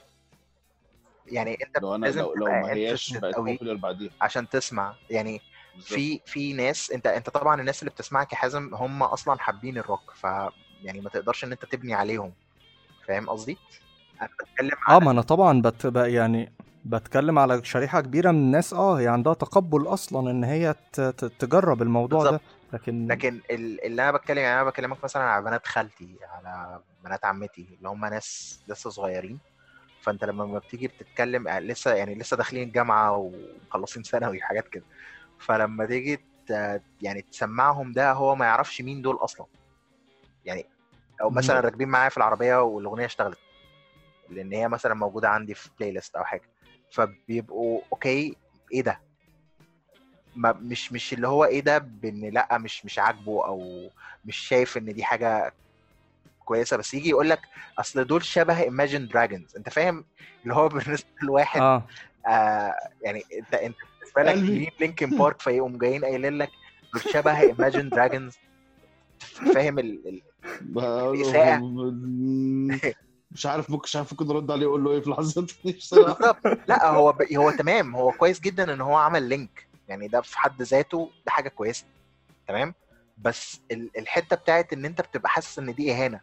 يعني انت لو انا لازم لو ما تبقى هياش انترستد بقت قوي بوبيلر بعديها. عشان تسمع يعني. بالظبط. في ناس انت طبعا الناس اللي بتسمعك يا حازم هم اصلا حابين الروك، ف يعني ما تقدرش ان انت تبني عليهم، فاهم قصدي؟ انا بتكلم ما على انا طبعا بقى يعني بتكلم على شريحة كبيرة من الناس، هي عندها تقبل اصلا ان هي تجرب الموضوع بالظبط. ده. لكن لكن اللي انا بتكلم يعني انا بكلمك مثلا على بنات خالتي، على بنات عمتي اللي هم ناس لسه صغيرين. فانت لما بتيجي بتتكلم لسه يعني لسه داخلين الجامعه ومخلصين ثانوي حاجات كده، فلما تيجي يعني تسمعهم ده هو ما يعرفش مين دول اصلا. يعني او مثلا راكبين معايا في العربيه والاغنيه اشتغلت لان هي مثلا موجوده عندي في بلاي ليست او حاجه، فبيبقوا اوكي ايه ده، ما مش اللي هو ايه ده بان لا مش عاجبه او مش شايف ان دي حاجه كويسه، بس يجي يقول لك اصل دول شبه Imagine Dragons. انت فاهم اللي هو بالنسبه لواحد يعني انت بالنسبه لك قلبي. مين لينكن بارك، فيقوم جايين قايلين لك دول شبه Imagine Dragons. فاهم الاساءه؟ مش عارف ممكن ارد عليه اقول له ايه في اللحظه دي بصراحه. بالظبط. لا هو تمام، هو كويس جدا ان هو عمل لينك، يعني ده في حد ذاته ده حاجه كويسه تمام. بس الحته بتاعت ان انت بتبقى حاسس ان دي اهانه.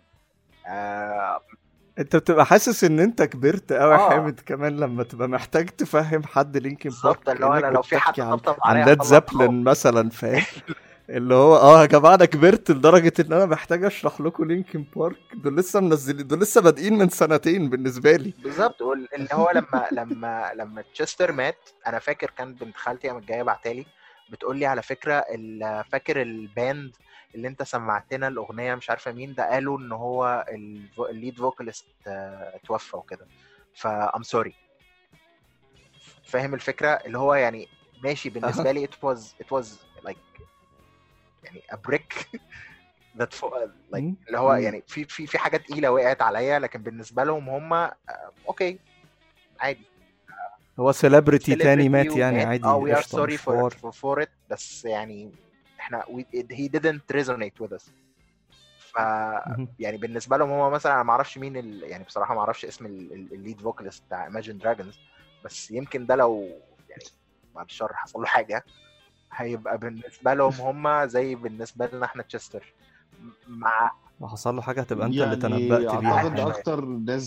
انت بتبقى حاسس ان انت كبرت قوي حامد، كمان لما تبقى محتاج تفهم حد لينكن بارك، بالظبط. اللي هو انا لو في حد طبطب عن عليا ليد زابلين مثلا، فاهم؟ اللي هو يا جماعه انا كبرت لدرجه ان انا محتاج اشرح لكم لينكن بارك، دول لسه منزلين، دول لسه بادئين من سنتين بالنسبه لي. بالظبط. اللي هو لما تشستر مات، انا فاكر كان بنت خالتي قامت جايه بعتالي بتقول لي على فكره فاكر الباند اللي انت سمعتنا الاغنيه مش عارفه مين ده، قالوا ان هو الليد فوكاليست توفى وكده، فام سوري. فاهم الفكره اللي هو يعني ماشي بالنسبه لي it was like يعني a brick that like اللي هو يعني في حاجات تقيله وقعت عليا، لكن بالنسبه لهم هم اوكي عادي. هو سيلبرتي تاني مات يعني عادي. we are sorry for it، بس يعني احنا he didn't resonate with us. ف يعني بالنسبه لهم هو مثلا انا ما اعرفش مين يعني بصراحه ما اعرفش اسم الليد فوكاليست بتاع Imagine Dragons، بس يمكن ده لو يعني بعد الشر حصل له حاجه هيبقى بالنسبه لهم هم زي بالنسبه لنا احنا تشستر. مع لو حصل له حاجه هتبقى انت اللي يعني تنبأت بيها اعتقد يعني. اكتر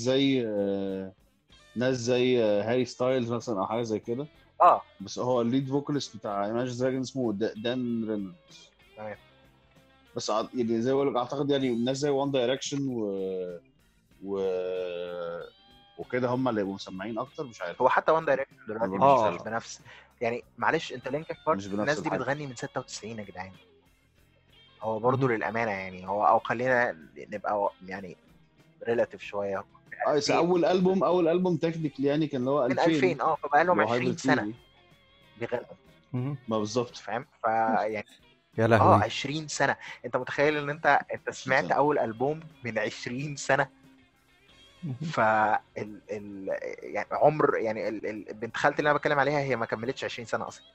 ناس زي هاري ستايلز مثلا او حاجه زي كده. بس هو الليد فوكاليست بتاع Imagine Dragons اسمه دان رينولدز. تمام. بس يعني زي ما بقول لك اعتقد يعني ناس زي وان دايركشن و وكده هم اللي يبقوا مسمعين اكتر، مش عارف. هو حتى وان دايركشن دلوقتي برضه مش بنفس يعني معلش انت لينكن بارك مش بنفس الناس دي الحاجة. بتغني من 96 يا جدعان. هو برضه للامانه يعني هو او خلينا نبقى يعني ريلاتيف شويه. اول البوم تكنيكلي يعني كان اللي هو 2000 من 2000 فبقى لهم اللي هو 20 Hybrid سنه Theory. بيغنوا. ما بالظبط. فاهم؟ فيعني يا لهوي 20 سنه. انت متخيل ان انت سمعت سنة. اول البوم من 20 سنه؟ ف يعني عمر يعني بنت خالتي اللي انا بتكلم عليها هي ما كملتش 20 سنه اصلا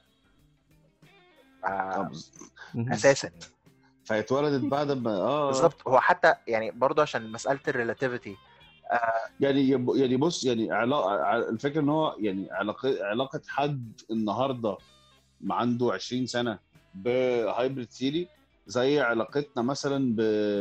اساسا. فاتولدت بعد ما بالظبط. هو حتى يعني برضه عشان مساله الريلاتيفيتي يعني بص يعني الفكره ان هو يعني علاقه حد النهارده ما عنده 20 سنه بهايبريد ثيري زي علاقتنا مثلا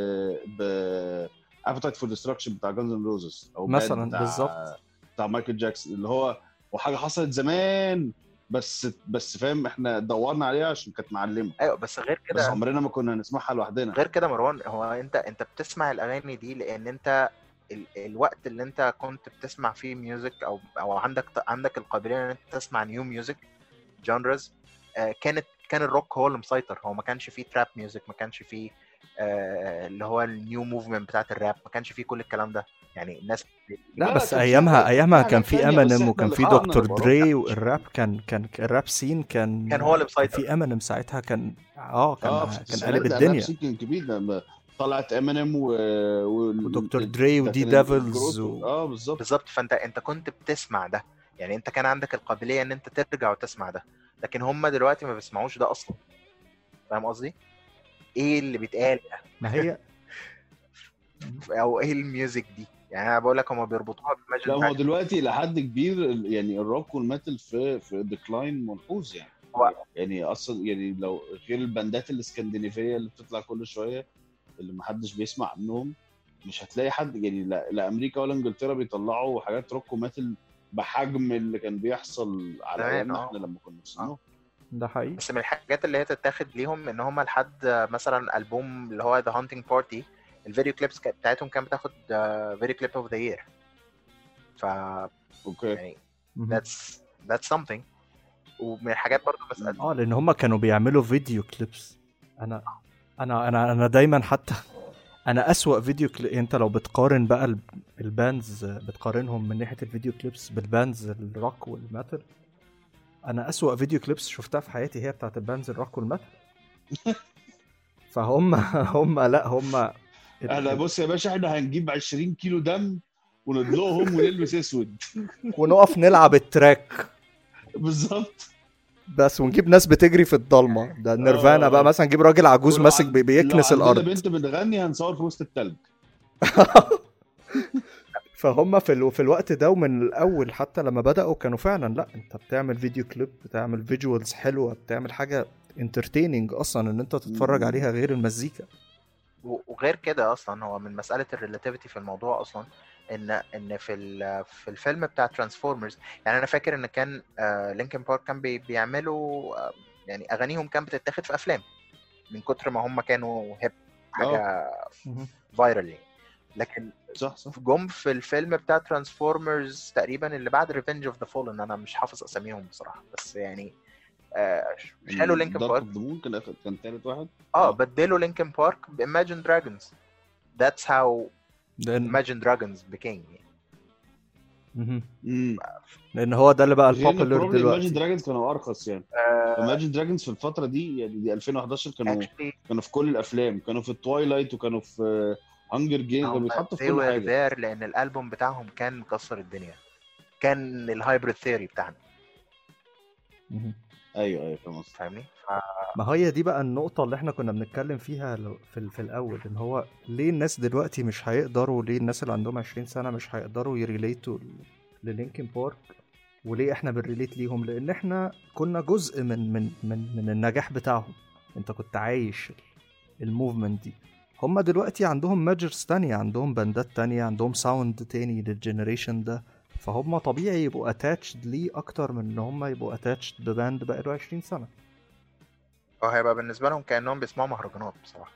ب Appetite for Destruction بتاع Guns N' Roses او مثلا بالظبط بتاع مايكل جاكسون، اللي هو وحاجه حصلت زمان بس فاهم احنا دورنا عليها عشان كانت معلمه. ايوه بس غير كده بس عمرنا ما كنا نسمعها لوحدنا. غير كده مروان، هو انت بتسمع الاغاني دي لان انت الوقت اللي انت كنت بتسمع فيه ميوزك او عندك القابليه ان انت تسمع نيو ميوزك جانرز. كان الروك هو اللي مسيطر. هو ما كانش فيه تراب ميوزك، ما كانش فيه اللي هو النيو موفمنت بتاعت الراب، ما كانش فيه كل الكلام ده. يعني الناس لا بس كان ايامها في كان في حاجات تانية، بس امينيم احنا وكان اللي في خلقنا دكتور نبقى دري، والراب كان الراب سين كان هو اللي مسيطر. في امينيم ساعتها كان كان قلب الراب الدنيا. سين كان كبير لما طلعت امينيم ودكتور دري ودي ديفلز بالظبط. فانت كنت بتسمع ده، يعني انت كان عندك القابليه ان انت ترجع وتسمع ده، لكن هم دلوقتي ما بيسمعوش ده اصلا. فاهم قصدي؟ ايه اللي بيتقال ما هي او ايه الميوزك دي؟ يعني انا بقول لك هم بيربطوها لا هو دلوقتي لحد كبير يعني الروك والميتال في ديكلاين ملحوظ يعني. يعني اصلا يعني لو غير الباندات الاسكندنافيه اللي بتطلع كل شويه اللي ما حدش بيسمع عنهم، مش هتلاقي حد يعني لا امريكا ولا انجلترا بيطلعوا حاجات روك وميتال بحجم اللي كان بيحصل على ايامنا احنا لما كنا بنسمعهم. ده حقيقي. بس من الحاجات اللي هي تتاخد ليهم ان هم لحد مثلا البوم اللي هو ذا هانتنج بارتي الفيديو كليبس بتاعتهم كانت بتاخد فيديو كليب اوف ذا يير. ف اوكي يعني that's something. ومن الحاجات برضه مسألة لان هم كانوا بيعملوا فيديو كليبس. انا دايما حتى انا اسوأ فيديو انت لو بتقارن بقى الباندز بتقارنهم من ناحيه الفيديو كليبس بالباندز الروك والميتال، انا اسوأ فيديو كليبس شفتها في حياتي هي بتاعت الباندز الروك والميتال. فهم احنا بص يا باشا احنا هنجيب 20 كيلو دم وندلقهم ونلبس اسود ونقف نلعب التراك بالظبط بس، ونجيب ناس بتجري في الضلمه. ده نيرفانا بقى مثلا نجيب راجل عجوز ماسك بيكنس الارض. بنت بتغني هنصور في وسط التلج. فهم في الوقت ده ومن الاول حتى لما بدأوا كانوا فعلا لا انت بتعمل فيديو كليب، بتعمل فيجوالز حلوه، بتعمل حاجه انترتيننج اصلا ان انت تتفرج عليها غير المزيكا. وغير كده اصلا هو من مساله الريلاتيفيتي في الموضوع اصلا ان في الفيلم بتاع ترانسفورمرز. يعني انا فاكر ان كان لينكن بارك كان بيعملوا يعني اغانيهم كانت بتتاخد في افلام من كتر ما هم كانوا هيب حاجه فايرال. لكن صح جم في الفيلم بتاع ترانسفورمرز تقريبا اللي بعد ريفنج اوف ذا فولن، انا مش حافظ اساميهم بصراحه، بس يعني شالوا لينكن بارك. كان ثالث واحد بدلوا لينكن بارك بإيماجين دراجونز. That's how Imagine Dragons became. لان هو ده اللي بقى البوبولار دلوقتي. Imagine Dragons كانوا ارخص يعني. Imagine Dragons في الفتره دي يعني دي 2011 كانوا في كل الافلام، كانوا في التوايلايت وكانوا في هانجر جيم، كانوا بيتحطوا في كل حاجه. لان الالبوم بتاعهم كان مكسر الدنيا، كان الهايبريد ثيوري بتاعنا. ايوه فاهم قصدك. فاهمني؟ ما هي دي بقى النقطة اللي احنا كنا بنتكلم فيها في الأول، إن هو ليه الناس دلوقتي مش هيقدروا، ليه الناس اللي عندهم 20 سنة مش هيقدروا يريليتوا للينكن بارك، وليه احنا بنريليت ليهم؟ لأن احنا كنا جزء من النجاح بتاعهم. انت كنت عايش الموفمنت دي. هما دلوقتي عندهم ماجرز تانية، عندهم باندات تانية، عندهم ساوند تاني للجنريشن ده، فهم طبيعي يبقوا اتاتشد ليه اكتر من ان هم يبقوا اتاتشد بباند بقاله 20 سنة. هيبقى بالنسبه لهم كانهم بيسمعوا مهرجانات بصراحه.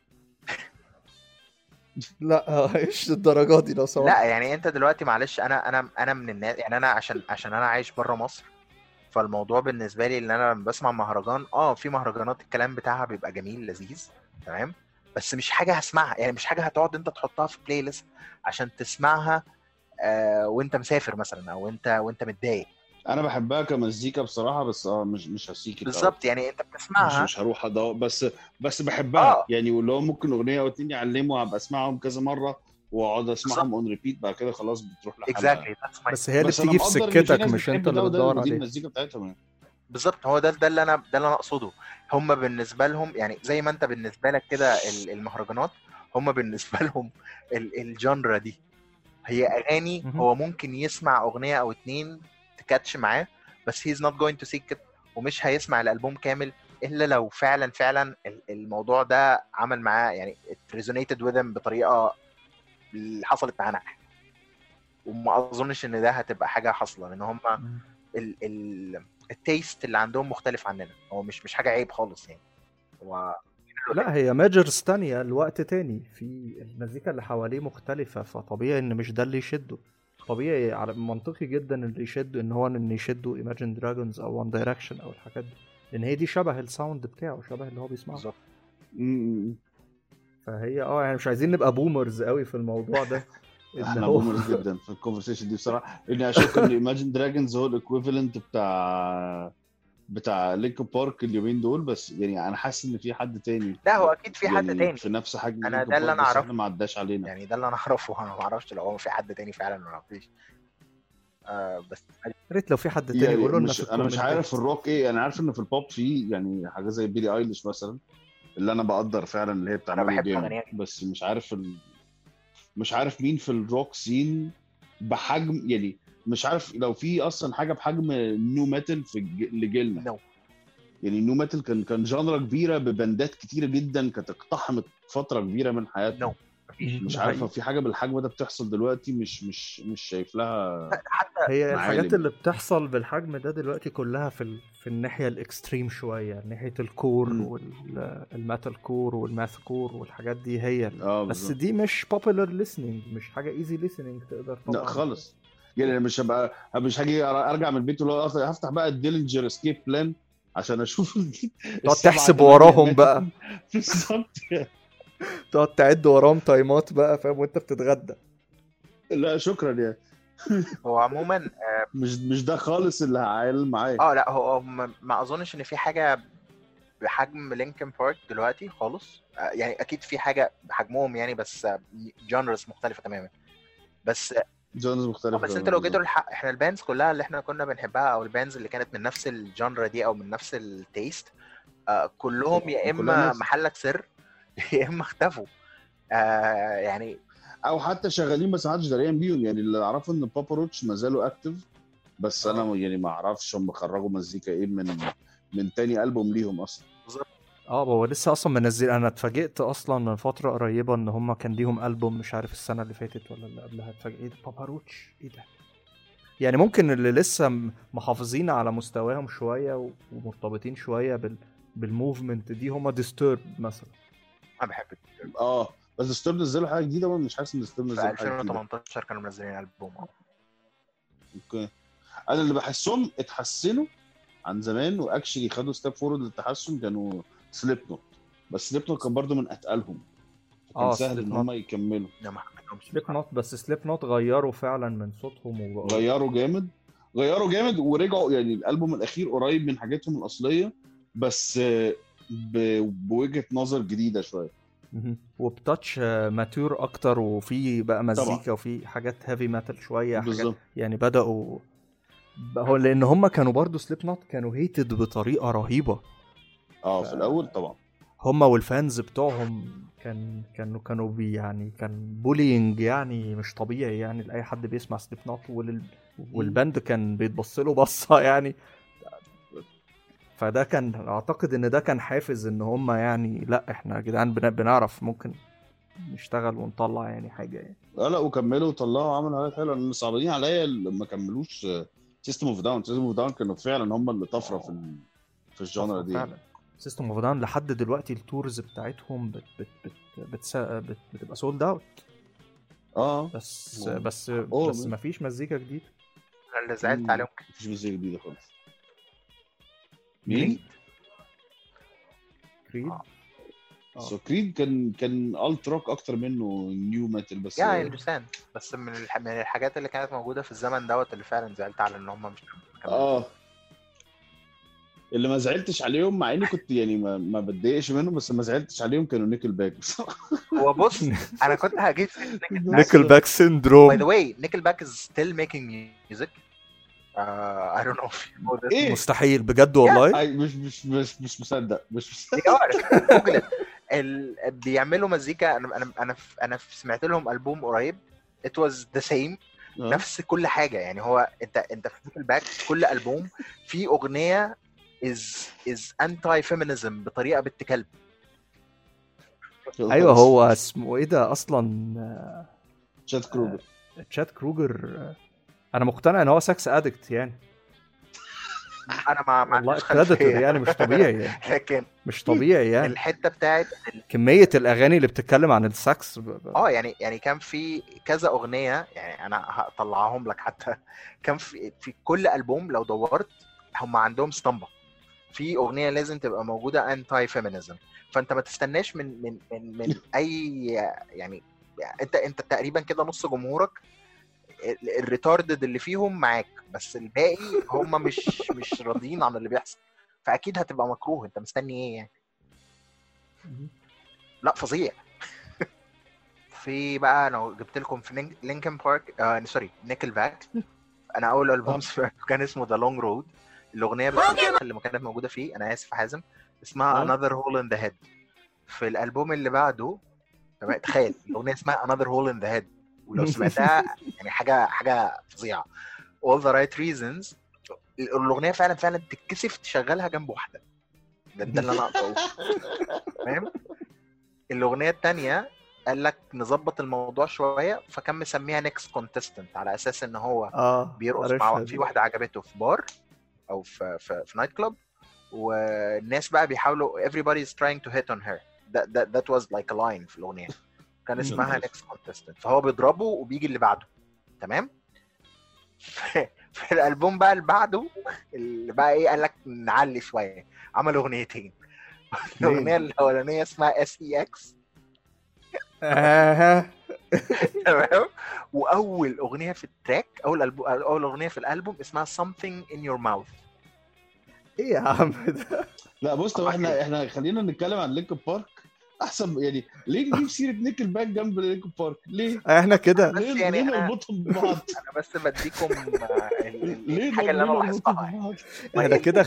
لا ايش الدرجة دي لو سمحت؟ لا يعني انت دلوقتي معلش، انا من الناس، يعني انا عشان انا عايش بره مصر، فالموضوع بالنسبه لي ان انا لما بسمع مهرجان في مهرجانات الكلام بتاعها بيبقى جميل لذيذ تمام، بس مش حاجه هسمعها، يعني مش حاجه هتقعد انت تحطها في بلاي ليست عشان تسمعها وانت مسافر مثلا، او وانت متضايق. انا بحبها كمزيكا بصراحه، بس مش هسيك بالظبط، يعني انت بتسمعها مش هروح ادور، بس بحبها يعني، واللي هو ممكن اغنيه او اتنين يعلموا، هبقى اسمعهم كذا مره واقعد اسمعهم اون ريبيت، بعد كده خلاص بتروح لحالها. exactly. بس هي اللي بس انا بتيجي في مقدر ان في سكتك، ناس مش انت بتحب اللي ده وده، بتدور ودي عليه. المزيكا بتاعتهم يعني. بالظبط، هو ده اللي انا اقصده. هم بالنسبه لهم يعني زي ما انت بالنسبه لك كده المهرجانات، هم بالنسبه لهم الجانرا دي هي اغاني. هو ممكن يسمع اغنيه او اتنين تكاتش معاه، بس he's not going to seek it، ومش هيسمع الالبوم كامل الا لو فعلا الموضوع ده عمل معاه، يعني it resonated with him بطريقه اللي حصلت معانا احنا. وما اظنش ان ده هتبقى حاجه حاصله، لان هم التيست اللي عندهم مختلف عننا. هو مش حاجه عيب خالص يعني. هو لا هي ماجرز تانية، الوقت تاني، في المزيكا اللي حواليه مختلفة، فطبيعي ان مش ده اللي يشده. طبيعي على منطقي جدا اللي يشده ان يشدوا Imagine Dragons او One Direction او الحاجات دي، لان هي دي شبه الساوند بتاعه، شبه اللي هو بيسمعه بالظبط. فهي يعني مش عايزين نبقى بومرز قوي في الموضوع ده. احنا بومرز جدا في الكونفرسيشن دي بصراحه، اني اشك ان Imagine Dragons هو الايكويفالنت بتاع لينكن بارك اليومين دول، بس يعني انا حاسس ان في حد تاني. لا هو اكيد في حد يعني تاني في نفس حجم انا لينكن ده اللي بارك، انا بس اعرفه احنا ما عداش علينا يعني. ده اللي انا اعرفه. انا ما اعرفش لو هو في حد تاني فعلا ولا مفيش. بس يا ريت لو في حد تاني يعني يقولوا لنا في انا مش عارف الكومنتات. في الروك ايه. انا عارف ان في البوب في يعني حاجه زي بيلي ايليش مثلا، اللي انا بقدر فعلا اللي هي بتعمله بحب جامد، أغانيها جدا. بس مش عارف مين في الروك سين بحجم، يعني مش عارف لو في اصلا حاجه بحجم نيو ميتال في لجيلنا. نو يعني النيو ميتال كان جانرا كبيره ببندات كتيره جدا، كانت اقتحمت فتره كبيره من حياتنا. نو مفيش. مش ده عارف حقيقي. في حاجه بالحجم ده بتحصل دلوقتي، مش شايف لها حتى هي الحاجات معالم. اللي بتحصل بالحجم ده دلوقتي كلها في الناحية الاكستريم شوية، ناحية الكور والميتال كور والماث كور والحاجات دي هي بس بالظبط. دي مش popular listening، مش حاجة easy listening تقدر طبعا. لا خالص. يعني مش هاجي ارجع من البيت ولا هفتح بقى الديلينجر اسكيب بلان عشان اشوف تقعد تحسب وراهم بقى. بالظبط. تقعد تعد وراهم تايمات بقى، فاهم، وانت بتتغدى. لا شكرا يعني. هو عموما مش ده خالص اللي هعايل معايا. لا هو ما اظنش ان في حاجه بحجم لينكن بارك دلوقتي خالص. يعني اكيد في حاجه بحجمهم يعني، بس جانرز مختلفه تماما. بس جانرز مختلفه. بس انت لو جيتوا الحق، احنا الباندز كلها اللي احنا كنا بنحبها، او الباندز اللي كانت من نفس الجانرا دي او من نفس التيست، كلهم يا اما محلك سر يا اما اختفوا. يعني او حتى شغالين بس ما حدش دريان بيهم. يعني اللي اعرفه ان بابا روتش ما زالوا اكتف، بس انا يعني ما اعرفش هم خرجوا مزيكا ايه من تاني البوم ليهم اصلا. بالظبط. هو لسه اصلا منزل. انا اتفاجئت اصلا من فتره قريبه ان هم كان ليهم البوم، مش عارف السنه اللي فاتت ولا اللي قبلها. اتفاجئت بابا روتش ايه ده. يعني ممكن اللي لسه محافظين على مستواهم شويه ومرتبطين شويه بالموفمنت دي هم ديستورب مثلا. انا بحب بس ديستورب نزلوا حاجه جديده، وانا مش حاسس ان ديستورب في نزلوا حاجه جديده. 2018 كانوا منزلين البوم. اوكي. انا اللي بحسهم اتحسنوا عن زمان، واكشلي خدوا ستيب فورورد للتحسن، كانوا سليب نوت. بس سليب نوت كان برضو من اتقالهم، كان سهل ان هم يكملوا. سليب نوت، بس سليب نوت غيروا فعلا من صوتهم غيروا جامد ورجعوا. يعني الالبوم الاخير قريب من حاجاتهم الاصليه، بس بوجهه نظر جديده شويه، وبتاتش ماتور اكتر، وفي بقى مزيكا طبعا. وفي حاجات هيفي ميتال شويه، بالزبط. حاجات يعني بدأوا هو لان هم كانوا برضو سليب نوت كانوا هيتد بطريقه رهيبه. في الاول طبعا هم والفانز بتوعهم كانوا يعني كان بولينج يعني مش طبيعي يعني لاي حد بيسمع سليب نوت والباند كان بيتبص له بصه يعني. فده كان اعتقد ان ده كان حافز ان هم يعني لا احنا يا جدعان بنعرف ممكن نشتغل ونطلع يعني حاجه يعني. لا وكملوا وطلعوا عملوا حاجات حلوه. انا صعبانين عليا ما كملوش سيستم اوف داون كانوا فعلا هم اللي طفره في الجانرا دي. سيستم اوف داون لحد دلوقتي التورز بتاعتهم بتبقى سولد اوت. بس مفيش مزيكا جديده. انا اللي زعلت عليهم مفيش مزيكا جديده خالص. مين؟ كريد. سو كريد كان الت روك اكتر منه نيو ميتال بس يعني اندرستاند. بس من الحاجات اللي كانت موجوده في الزمن دوت اللي فعلا زعلت على ان هم مش اللي ما زعلتش عليهم مع اني كنت يعني ما بتضايقش منهم بس ما زعلتش عليهم كانوا نيكل باك بصراحه. هو بص انا كنت هجيب نيكل باك سيندروم. باي ذا واي نيكل باك از ستيل ميكينج ميوزك. I don't know إيه؟ مستحيل بجد والله. مش مصدق بيعملوا مزيكا. انا سمعت لهم ألبوم قريب it was the same نفس كل حاجه يعني. هو انت في نيكل باك كل ألبوم في اغنيه is anti feminism بطريقه بنت كلب. ايوه هو اسمه ايه ده اصلا؟ تشاد كروجر. انا مقتنع ان هو سكس ادكت يعني. انا ما عنديش خلفيه يعني مش طبيعي يعني. لكن مش طبيعي يعني الحته بتاعت كميه الاغاني اللي بتتكلم عن السكس يعني كان في كذا اغنيه يعني انا هطلعهم لك. حتى كان في كل ألبوم لو دورت هم عندهم اسطمبه في اغنيه لازم تبقى موجوده انتي فيمينيزم. فانت ما تستناش من اي يعني انت تقريبا كده نص جمهورك الريتاردد اللي فيهم معاك بس الباقي هم مش راضيين عن اللي بيحصل. فاكيد هتبقى مكروه. انت مستني ايه يعني؟ لا فظيع. في بقى انا جبت لكم في لينكن بارك سوري نيكل باك. انا اول ألبوم كان اسمه ذا لونج رود. الاغنيه بس اللي ما كانت موجوده فيه انا اسف حازم اسمها Another Hole in the Head. في الالبوم اللي بعده تخيل الاغنيه اسمها Another Hole in the Head ولو سمعتها يعني حاجه فظيعه. All the Right Reasons الاغنيه فعلا تتكسف تشغلها جنب واحده. ده اللي انا اقصده فاهم. الاغنيه الثانيه قال لك نظبط الموضوع شويه فكان مسميها Next Contestant على اساس ان هو بيرقص مع في واحده عجبته في بار او في نايت كلوب والناس بقى بيحاولوا everybody is trying to hit on her. that was like a line في الاغنيه كان اسمها Next Contestant. فهو بيضربه وبيجي اللي بعده تمام. في الالبوم بقى اللي بعده اللي بقى ايه قال لك نعلي شويه عمل اغنيتين. الاغنيه الاولانيه اسمها SEX تمام. واول اغنيه في التراك اول اغنيه في الالبوم اسمها Something in Your Mouth. ايه يا عم ده؟ لا بص طب احنا خلينا نتكلم عن لينكن بارك احسن يعني. ليه نجيب سيره نيكل باك جنب لينكن بارك؟ ليه احنا كده ليه نربطهم ببعض؟ انا بس بديكم الحاجه اللي انا لاحظتها. احنا كده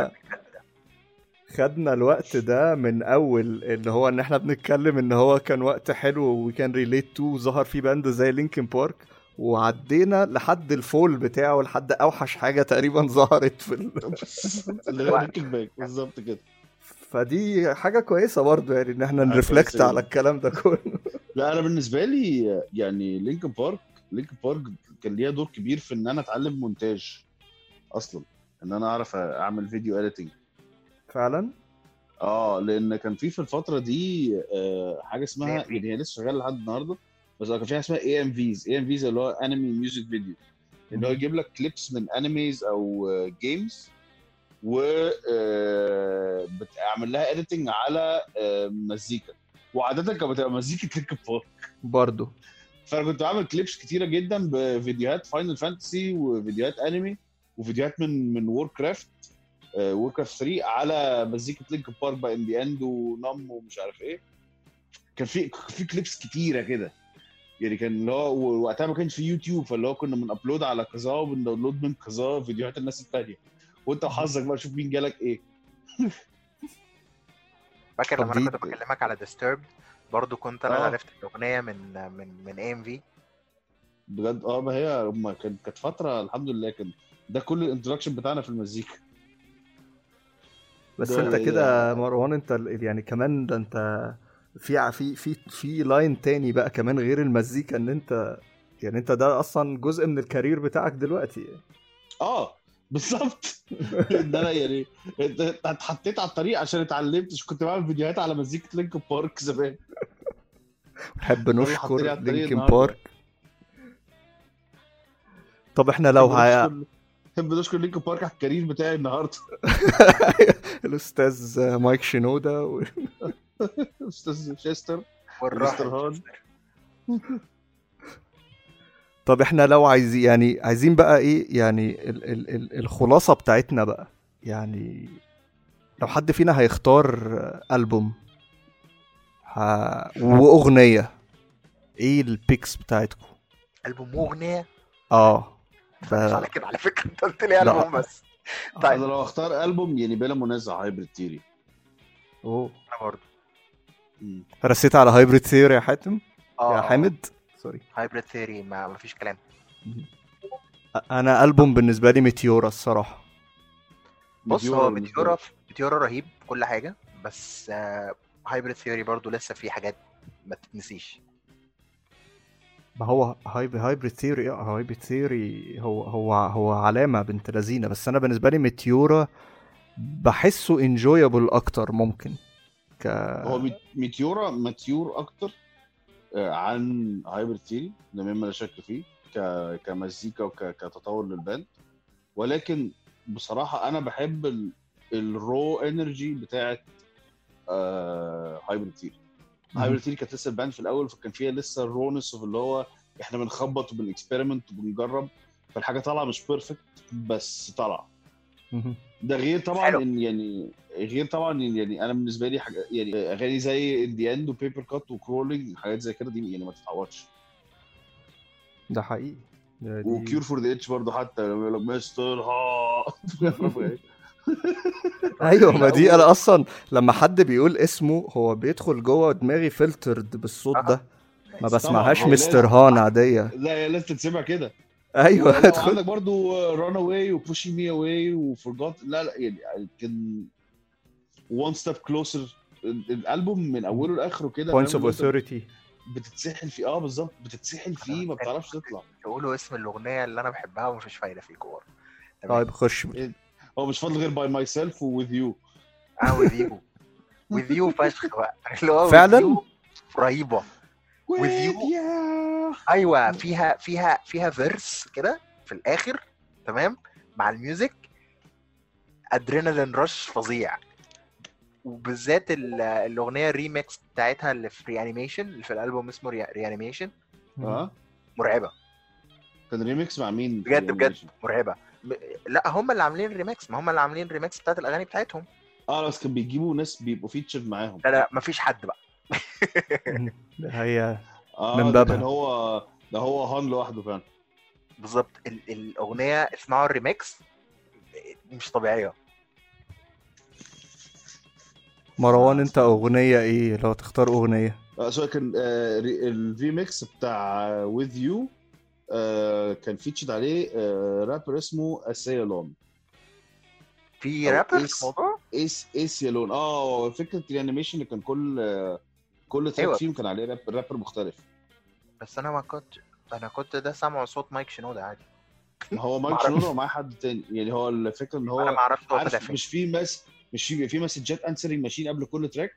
خدنا الوقت ده من اول اللي هو ان احنا بنتكلم ان هو كان وقت حلو وكان ريليت تو ظهر فيه باند زي لينكن بارك وعدينا لحد الفول بتاعه لحد اوحش حاجه تقريبا ظهرت في اللي هو لينكن باك بالظبط كده. فدي حاجه كويسه برضو يعني ان احنا نرفلكت على الكلام ده كله. لا انا بالنسبه لي يعني لينكن بارك كان ليها دور كبير في ان انا اتعلم مونتاج اصلا ان انا اعرف اعمل فيديو اديتنج فعلا. لان كان في الفتره دي حاجه اسمها يعني هي لسه شغاله لحد النهارده بس كان فيها اسمها AMVs اللي هو انمي ميوزك فيديو اللي هو يجيب لك كليبس من انميز او جيمز و بتعمل لها اديتنج على مزيكا وعاده كانت بتبقى مزيكا لينكن بارك برضه. فانا كنت بعمل كليبس كتيره جدا بفيديوهات فاينل فانتسي وفيديوهات انمي وفيديوهات من ووركرافت 3 على مزيكا لينكن بارك بقى ان دي اند ونم ومش عارف ايه. كان في كليبس كتيره كده يعني كان اللي هو وقتها ما كانش في يوتيوب، فاللي هو كنا بنابلود على كذا وبنداونلود من كذا فيديوهات الناس التانية، وانت وحظك بقى شوف مين جالك ايه. فاكر طب لما انا دي كنت بكلمك على Disturbed برضو كنت انا اللي اه عرفت الاغنيه من AMV. بجد ما هي كانت فتره الحمد لله كان ده كل الانتراكشن بتاعنا في المزيكا بس ده انت كده مروان، انت يعني كمان ده انت في لاين تاني بقى كمان غير المزيكا، ان انت يعني انت ده اصلا جزء من الكارير بتاعك دلوقتي. بالظبط. ان انا يعني انت اتحطيت على الطريق عشان اتعلمت، كنت بعمل فيديوهات على مزيكا لينكن بارك زمان، نحب ده اللي حطني نشكر على الطريق لينكن النهارده. بارك. طب احنا لو نحب نشكر لينكن بارك على الكارير بتاعي النهارده. الاستاذ مايك شينودا استاذ شيستر والراحل ومستر هان. طب احنا لو عايزين بقى ايه يعني الخلاصة بتاعتنا بقى، يعني لو حد فينا هيختار ألبوم واغنية، ايه البيكس بتاعتكم؟ ألبوم واغنيه؟ مش على كده على فكره انت قلت لي لا. ألبوم بس. انا طيب لو اختار البوم يعني بلا منازع هايبريد ثيوري. اوه انا برضه رسيت على هايبريد ثيوري يا حاتم، يا اه حامد سوري. هايبريد ثيوري ما فيش كلام. انا ألبوم بالنسبة لي ميتيورا الصراحة. بص هو ميتيورا رهيب كل حاجه، بس هايبريد ثيوري برضو لسه في حاجات ما تتنسيش. ما هو هايبريد ثيوري هو علامة بنت لذينة، بس انا بالنسبة لي ميتيورا بحسه انجويبل اكتر ممكن هو ميتيورا ماتيور اكتر عن هايبريد ثيوري، ده مما لا شك فيه كمزيكا وكتطور للباند، ولكن بصراحة انا بحب الرو انرجي بتاعت هايبريد ثيوري. هايبريد ثيوري كانت لسه الباند في الاول، فكان فيها لسه الرونس اللي هو احنا بنخبط وبنكسبيرمنت وبنجرب، فالحاجه طالعه مش بيرفكت بس طالعه. ده غير طبعا ان يعني انا بالنسبه لي حاجه يعني اغاني زي اندي اند وبيبر كات وكرولينج حاجات زي كده دي يعني ما تتعوضش. ده حقيقي. وكيور فور ذا اتش برضه حتى لما يقول لك مستر ها ايوه، ما دي انا اصلا لما حد بيقول اسمه هو بيدخل جوه دماغي فلترد بالصوت ده، ما بسمعهاش مستر هان عاديه. لا يا لازم تسمع كده. ايوه عندك برضو ران اواي وبوشي مي اواي وفورجوت. لا يعني كان وان ستيب كلوزر. الالبوم من اوله لاخره كده بوينتس اوف اوثوريتي بتتسحل فيه. بالظبط بتتسحل فيه ما بتعرفش تطلع. تقولوا اسم الاغنيه اللي انا بحبها ومفيش فايده فيكم برضه. طيب خش. هو مش فاضل غير باي ماي سيلف وذ يو. وذ يو فشخ بقى اللي هو فعلا رهيبه. وذ يو ايوه فيها فيرس كده في الاخر تمام مع الميوزك، ادرينالين رش فظيع. وبالذات الاغنيه الريميكس بتاعتها اللي في ريانيميشن اللي في الالبوم اسمه ريانيميشن مرعبه. كان ريميكس مع مين؟ بجد مرعبه. لا هم اللي عاملين ريميكس، ما هم اللي عاملين ريميكس بتاعت الاغاني بتاعتهم. بس كان بيجيبوا ناس بيبقوا فيتشر معاهم. لا مفيش حد بقى. هي من بابها. ده هو هان لوحده فعلا. بالظبط. الاغنيه اسمها الريميكس مش طبيعيه. مروان انت اغنيه ايه لو تختار اغنيه؟ سواء كان الريميكس بتاع with you كان فيتشد عليه رابر اسمه اسيالون. في رابر في الموضوع اسيالون. فكره الانيميشن اللي كان كل تراك فيهم كان عليه رابر مختلف. بس انا كنت ده سامع صوت مايك شينودا عادي. ما هو مايك شينودا ومعاه حد تاني. يعني هو الفكره ان هو انا ما اعرفش عارف مش في مسجات انسرنج ماشين قبل كل تراك.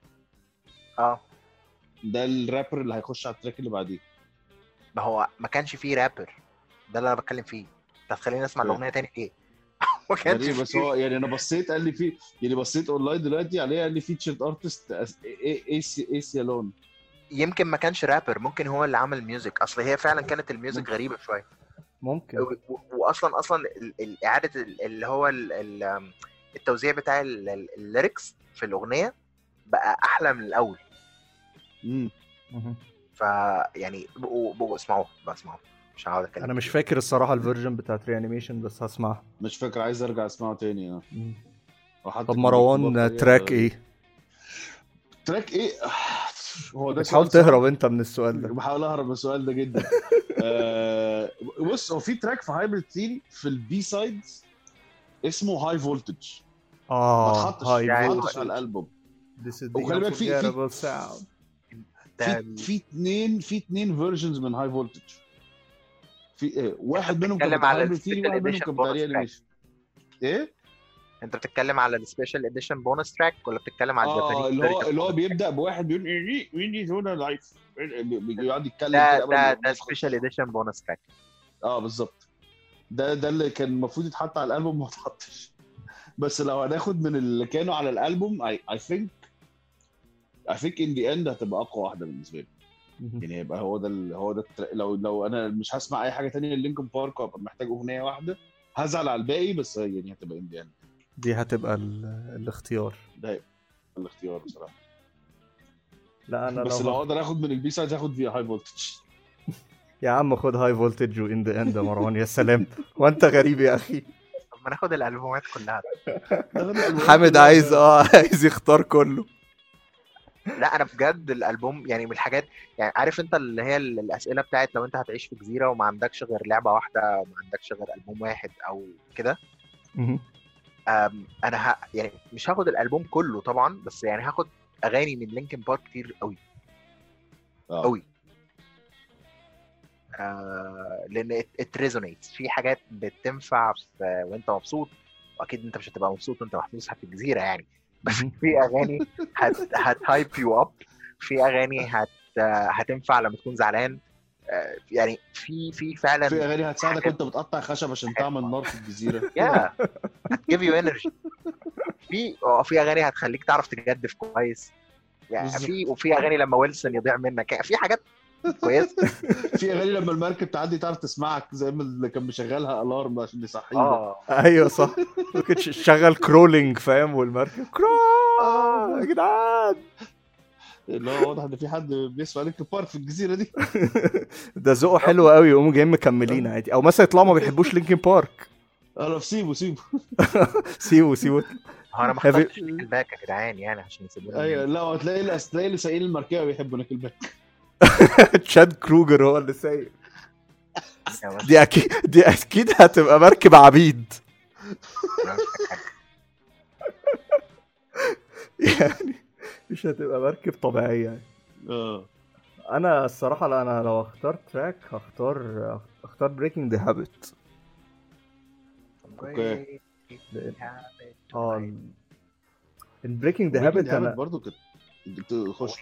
ده الرابر اللي هيخش على التراك اللي بعديه. ما هو ما كانش فيه رابر، ده اللي انا بتكلم فيه. انت هتخليني اسمع الاغنيه تاني ايه؟ ما كانش فيه. بس هو يعني انا بصيت قال لي فيه، يعني بصيت اونلاين دلوقتي عليه قال لي فيتشرد ارتست اسيالون. يمكن ما كانش رابر، ممكن هو اللي عمل ميوزك. اصل هي فعلا كانت الميوزك غريبه شويه ممكن. واصلا الاعاده اللي هو التوزيع بتاع الليركس في الاغنيه بقى احلى من الاول. فيعني بقوا اسمعوه مش هقعد اتكلم انا مش كتير. فاكر الصراحه الفيرجن بتاعت ريانيميشن بس هسمعها. مش فاكر، عايز ارجع اسمعه تاني. وحتى طب كان مروان مكتوبة تراك بطريقة ايه؟ تراك ايه؟ هو ده بتحاول سؤال صعب. تهرب انت من السؤال ده. بحاول اهرب من السؤال ده جدا. بص، هو في تراك في هايبرد ثيري في البي سايدز اسمه هاي فولتج، ما اتحطش هاي يعني على فولتج. الالبوم. This is the وخلي بالك في unforgettable sound. في اتنين فيرجنز من هاي فولتج. في واحد منهم كان بتتكلم بتاع على هايبرد ثيري، السبيشال واحد منهم اديشن كان بتاع بونس تراك. ريانيميشن. ايه؟ انت بتتكلم على السبيشال اديشن بونس تراك ولا بتتكلم على الجابانيز اللي هو بيبدا بواحد بيقول ويني هنا لايف، بيقعد يتكلم ده كده قبل ما ده سبيشال اديشن بونس تراك. بالظبط. ده اللي كان المفروض يتحط على الالبوم ما اتحطش. بس لو هناخد من اللي كانوا على الالبوم I think in the end هتبقى اقوى واحده بالنسبه لي. يعني يبقى هو ده لو انا مش هسمع اي حاجه تانية للينكن بارك وابقى محتاج اغنيه واحده هزعل على الباقي، بس يعني هتبقى in the end. دي هتبقى الاختيار. ده هيبقى الاختيار بصراحه. لا انا بس لو اقدر اخد من البي سايد هاخد فيها هاي فولتج. يا عم خد هاي فولتج وان ذا اند يا مروان. يا سلام وانت غريب يا اخي. طب ما ناخد الالبومات كلها. حامد عايز يختار كله. لا انا بجد الالبوم يعني من الحاجات، يعني عارف انت اللي هي الاسئله بتاعت لو انت هتعيش في جزيره وما عندكش غير لعبه واحده وما عندكش غير البوم واحد او كده. انا يعني مش هاخد الالبوم كله طبعا، بس يعني هاخد اغاني من لينكن بارك كتير قوي قوي. لان it resonates في حاجات بتنفع وانت مبسوط، واكيد انت مش هتبقى مبسوط وانت محبوس في الجزيره يعني، بس في اغاني هتهايب يو اب، في اغاني هتنفع لما تكون زعلان. يعني في فعلا في اغاني هتساعدك وانت بتقطع خشب عشان تعمل نار في الجزيره. هتجيب يو انرجي. في اغاني هتخليك تعرف تجدف كويس يعني. وفي اغاني لما ويلسون يضيع منك، في حاجات كويس. في اغاني لما المركب تعدي تعرف تسمعك زي ما اللي كان مشغلها الارم عشان يصحيك. ايوه صح. ممكن تشغل كرولينج فاهم، والمركب كرول يا جدعان. لا واضح ان في حد بيسمع لينكن بارك في الجزيره دي. ده ذوقه حلو قوي، يقوموا جايين مكملين عادي، او مثلا يطلعوا ما بيحبوش لينكن بارك. انا سيبه هو انا ما اخترتش الباك يا جدعان يعني عشان يسيبونا. ايوه لا هتلاقي اللي سايقين المركبه بيحبوا نيكل باك. تشاد كروجر هو اللي سايق. دي اكيد هتبقى مركب عبيد. يعني مش هتبقى مركب طبيعيه يعني. انا الصراحه لا، انا لو اختار تراك اختار بريكنج ذا هابت. اوكي. بريكنج ذا هابت انا برضه كنت تخش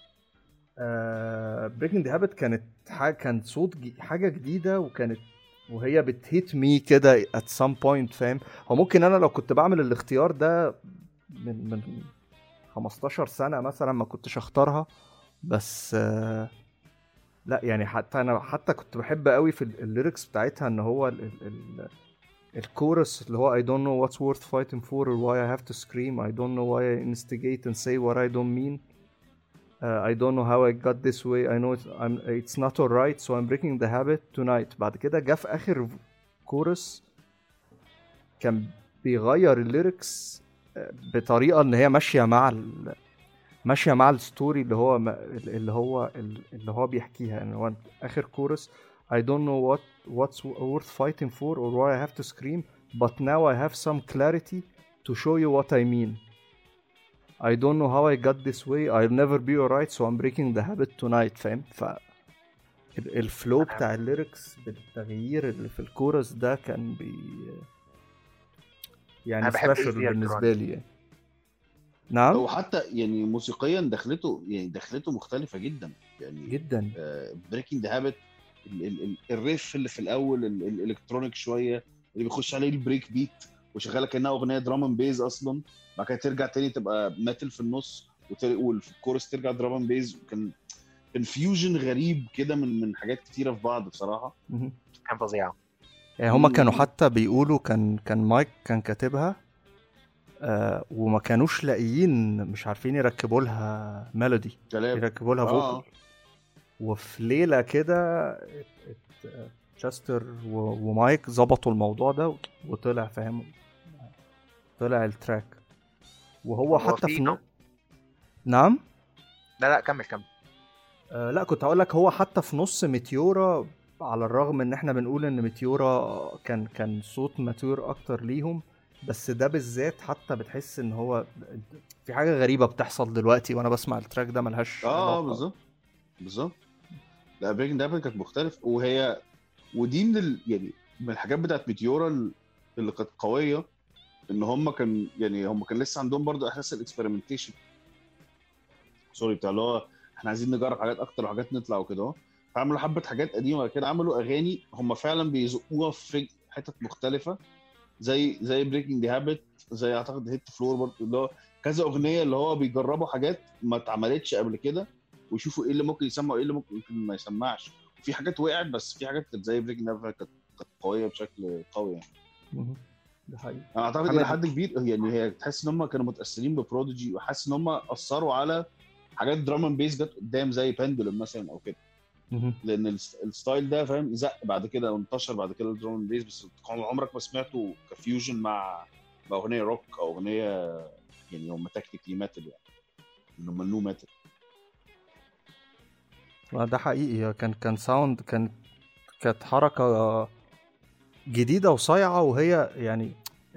بريكنج ذا هابت كان صوت حاجه جديده، وهي بتهيت مي كده at some point فاهم. هو ممكن انا لو كنت بعمل الاختيار ده من 15 سنه مثلا ما كنتش اختارها، بس لا يعني حتى كنت بحب قوي في الليركس بتاعتها ان هو الكورس اللي هو I don't know what's worth fighting for or why I have to scream, I don't know why I instigate and say what I don't mean, I don't know how I got this way, I know it's not alright so I'm breaking the habit tonight. بعد كده جاء في آخر كورس كان بيغير الليركس بطريقة ان هي ماشية مع الستوري اللي هو بيحكيها. يعني هو آخر كورس I don't know what's worth fighting for or why I have to scream, but now I have some clarity to show you what I mean. I don't know how I got this way, I'll never be alright so I'm breaking the habit tonight. فاهم؟ الفلو بتاع الليركس بالتغيير اللي في الكورس ده كان يعني سبيشال بالنسبة لي يعني. نعم. وحتى يعني موسيقيا دخلته مختلفة جدا يعني جدا. بريكنج ذا هابت الريف اللي في الاول الالكترونيك شويه اللي بيخش عليه البريك بيت وشغاله كانها اغنيه درام اند بيز اصلا، بعد كده ترجع تاني تبقى ميتال في النص وفي الكورس ترجع درام اند بيز. كان فيوجن غريب كده من حاجات كتيره في بعض بصراحه. كان فظيع يعني هما كانوا حتى بيقولوا كان مايك كان كاتبها وما كانوش لاقيين، مش عارفين يركبوا لها ميلودي، يركبوا لها فوكال. وفي ليله كده تشستر ومايك ظبطوا الموضوع ده وطلع فاهم، طلع التراك. وهو هو حتى في في نوع- نعم. لا كمل. لا كنت هقول لك هو حتى في نص ميتيورا، على الرغم ان احنا بنقول ان ميتيورا كان صوت ماتور اكتر ليهم، بس ده بالذات حتى بتحس ان هو في حاجة غريبة بتحصل دلوقتي وانا بسمع التراك ده ملهاش علاقة. بالظبط. لا بريكنج دابل كانت مختلف، ودي يعني من الحاجات بتاعت ميتيورا اللي كانت قويه، ان هم كان لسه عندهم برضو احساس الاكسبيرمنتيشن، سوري، بتاع اللي هو احنا عايزين نجرب حاجات اكتر وحاجات نطلع وكده اهو. فعملوا حبه حاجات قديمه كده، عملوا اغاني هم فعلا بيزقوها في حتت مختلفه، زي بريكنج هابت، زي اعتقد هيت فلور برضو، اللي هو كذا اغنيه اللي هو بيجربوا حاجات ما اتعملتش قبل كده ويشوفوا ايه اللي ممكن يسمع وايه اللي ممكن ما يسمعش. في حاجات وقعت، بس في حاجات كانت زي بريكنج هابت كانت قويه بشكل قوي يعني. ده حقيقي. انا اعتقد محمد- الى حد كبير يعني هي تحس ان هم كانوا متاثرين ببروديجي، وحاسس ان هم اثروا على حاجات دراما اند بيس جت قدام زي بندولم مثلا او كده، لان الستايل ده فاهم زق بعد كده وانتشر بعد كده الدراما اند بيس، بس عمرك ما سمعته كفيوجن مع اغنيه روك او اغنيه يعني هم تكنيكلي ميتال، يعني هم نو ميتال. ده حقيقي. كان ساوند، كانت حركة جديدة وصايعة، وهي يعني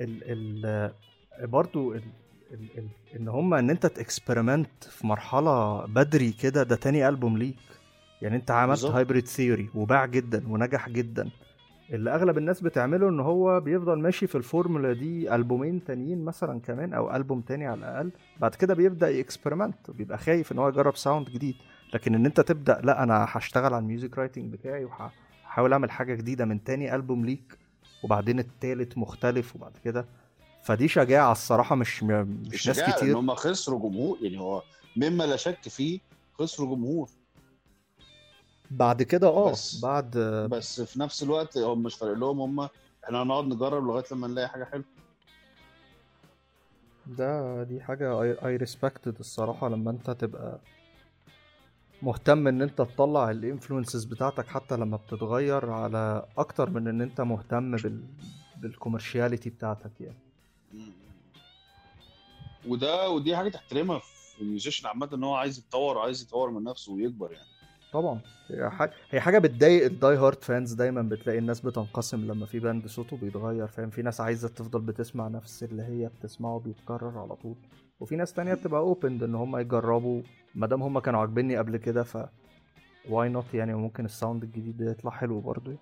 برضو ان هم ان انت تاكسبيرمنت في مرحلة بدري كده، ده تاني ألبوم ليك. يعني انت عملت بالظبط. هايبريد ثيوري وباع جدا ونجح جدا. اللي اغلب الناس بتعمله ان هو بيفضل ماشي في الفورمولا دي ألبومين تانيين مثلا كمان، او ألبوم تاني على الاقل، بعد كده بيبدأ يكسبيرمنت، بيبقى خايف ان هو يجرب ساوند جديد. لكن ان انت تبدأ لا انا هشتغل على الميوزك رايتنج بتاعي وهحاول اعمل حاجة جديدة من تاني ألبوم ليك، وبعدين التالت مختلف، وبعد كده فدي شجاعة الصراحة، مش ناس الشجاعه ان كتير. هم خسروا جمهور، يعني هو مما لا شك فيه خسروا جمهور، بعد كده بس بعد بس في نفس الوقت هم مش فارق لهم، احنا هنقعد نجرب لغايه لما نلاقي حاجه حلوه. دي حاجة I respected الصراحة، لما انت تبقى مهتم ان انت تطلع الانفلونسز بتاعتك حتى لما بتتغير، على اكتر من ان انت مهتم بالكوميرشياليتي بتاعتك يعني. ودي حاجه تحترمها في الميوزيشن عامه، ان هو عايز يتطور وعايز يطور من نفسه ويكبر يعني. طبعا هي حاجة بتضايق الداي هارد فانز. دايما بتلاقي الناس بتنقسم لما في باند صوته بيتغير، فاهم؟ في ناس عايزة تفضل بتسمع نفس اللي هي بتسمعه بيتكرر على طول، وفي ناس تانية بتبقى اوبند ان هم يجربوا مادام هم كانوا عاجبيني قبل كده، ف واي نوت يعني، وممكن الساوند الجديد ده يطلع حلو برضه.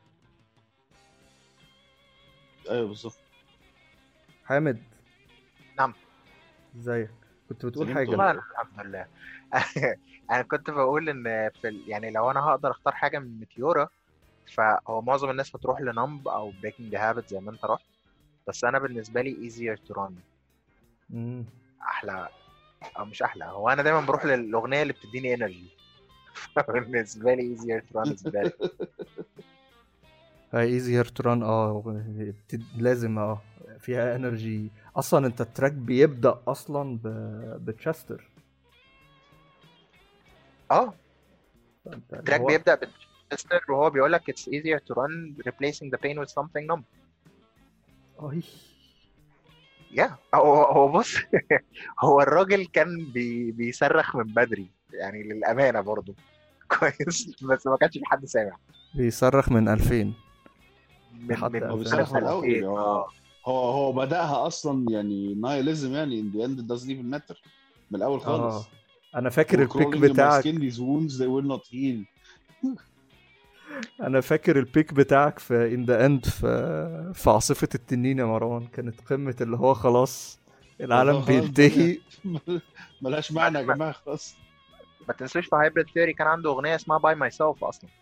ايوه بالظبط. حامد، نعم. ازيك؟ كنت بتقول سلمت حاجة. ولا والله الحمد لله. انا كنت بقول ان يعني لو انا هقدر اختار حاجه من ميتيورا، فهو معظم الناس هتروح لنمب او بريكنج هابت زي ما انت رحت، بس انا بالنسبه لي easier to run مم. احلى، او مش احلى، هو انا دايما بروح للاغنيه اللي بتديني انرجي. بالنسبه لي easier to run is better. هي easier to run. لازم فيها انرجي اصلا. انت التراك بيبدأ اصلا بتشستر. فأنت اللي التراك هو بيبدا بتشستر وهو بيقول لك it's easier to run replacing the pain with something numb. اي هو بص. هو الراجل كان بيصرخ من بدري يعني للامانه برضو. كويس، بس ما كانش في حد سامع بيصرخ من 2000 من لحد من هو 2000. بيصرخ من الاول، يعني 2000. هو بدأها اصلا يعني نايلزم، يعني in the end it doesn't even matter من الاول خالص. انا فاكر البيك crawling in my بتاعك. skin these wounds they will not heal. انا فاكر البيك بتاعك في in the end في عاصفة التنين يا مروان. كانت قمة اللي هو خلاص العالم خلاص بينتهي. ملهاش معنى يا جماعه خلاص. ما تنسوش في هايبريد ثيوري كان عنده اغنيه اسمها باي ماي سيلف اصلا.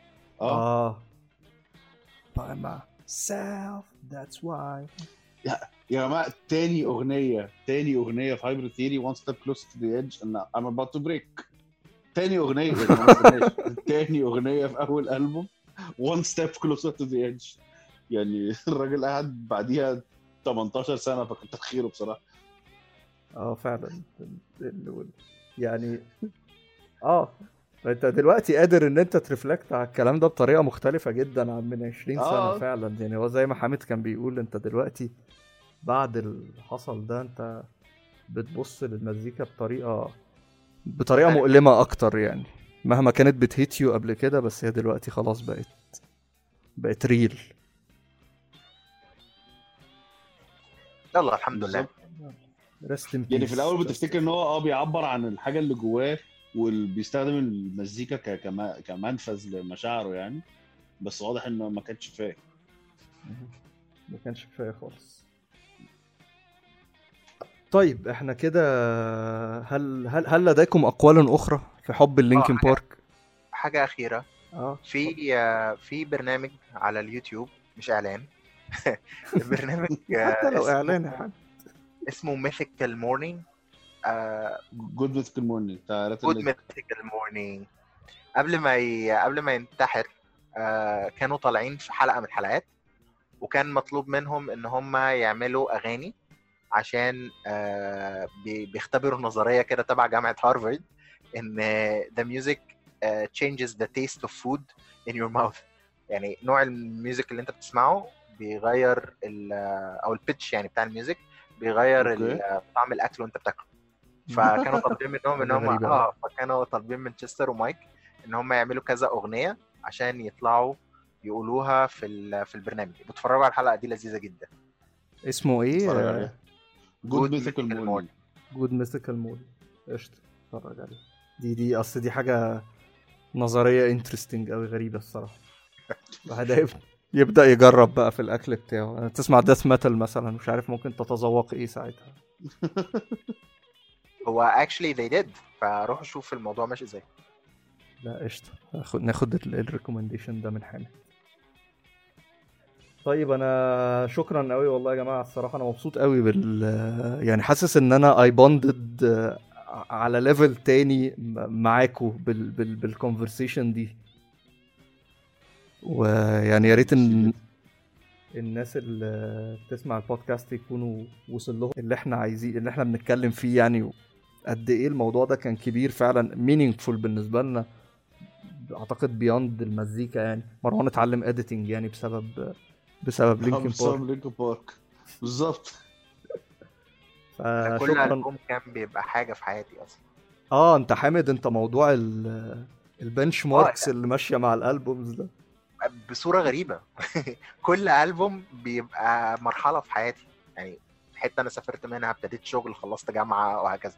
by myself that's why. يا جماعه تاني اغنيه في هايبريد ثيوري one step closer to the edge and I'm about to break. تاني اغنيه تاني اغنيه في اول ألبوم one step closer to the edge. يعني الراجل قعد بعديها 18 سنه، فكنت خيره بصراحه. فعلا يعني انت دلوقتي قادر ان انت ترفلكت على الكلام ده بطريقه مختلفه جدا عن من 20 سنه فعلا. يعني هو زي ما حامد كان بيقول، انت دلوقتي بعد اللي حصل ده انت بتبص للمزيكا بطريقه مؤلمه اكتر. يعني مهما كانت بتهيتيو قبل كده، بس هي دلوقتي خلاص بقت ريل. يلا الحمد لله. يعني في الاول بتفتكر ان هو بيعبر عن الحاجه اللي جواه وبيستخدم المزيكا كمنفذ لمشاعره يعني، بس واضح انه ما كانش كفايه. ما كانش كفايه خالص. طيب احنا كده، هل لديكم اقوال اخرى في حب اللينكن بارك؟ حاجه اخيره. في برنامج على اليوتيوب، مش اعلان. البرنامج حتى لو اعلان يا حاج، اسمه ميثيكال مورنينج. جود ميثيكال مورنينج بتاع جود ميثيكال مورنينج. قبل ما ينتحر كانوا طالعين في حلقه من الحلقات، وكان مطلوب منهم ان هم يعملوا اغاني عشان بيختبروا نظريه كده تبع جامعه هارفارد ان the music changes the taste of food in your mouth. يعني نوع الميوزك اللي انت بتسمعه بيغير او البيتش يعني بتاع الميوزك بيغير طعم الاكل وانت بتاكله. فكانوا طالبين منهم ان هم فكانوا طالبين من تشستر ومايك ان هم يعملوا كذا اغنيه عشان يطلعوا يقولوها في البرنامج. بتفرجوا على الحلقه دي، لذيذه جدا. اسمه ايه؟ جود ميثيكال مورنينج. جود ميثيكال مورنينج. قشطه، اتفرج عليه. دي اصل دي حاجه نظريه انترستينج قوي، غريبه الصراحه. الواحد يبدا يجرب بقى في الاكل بتاعه. تسمع ديث ميتال مثلا، مش عارف ممكن تتذوق ايه ساعتها. هو actually they did، فروح شوف الموضوع ماشي ازاي. لا قشطه، ناخد الريكومنديشن ده من حامد. طيب انا شكرا قوي والله يا جماعه، الصراحه انا مبسوط قوي يعني حاسس ان انا اي بوندد على ليفل تاني معاكو بالكونفرسيشن دي. ويعني يا ريت ان الناس اللي بتسمع البودكاست يكونوا وصل لهم اللي احنا عايزين، اللي احنا بنتكلم فيه يعني، قد ايه الموضوع ده كان كبير فعلا، مينينجفول بالنسبه لنا. اعتقد بياند المزيكا يعني. مروان اتعلم اديتنج يعني بسبب لينكن بارك بالظبط. كل ألبوم كان بيبقى حاجه في حياتي اصلا. انت حامد، انت موضوع البنش ماركس اللي ماشيه مع الالبومز ده بصوره غريبه. كل ألبوم بيبقى مرحله في حياتي يعني، حته انا سافرت منها، ابتديت شغل، خلصت جامعه، وهكذا.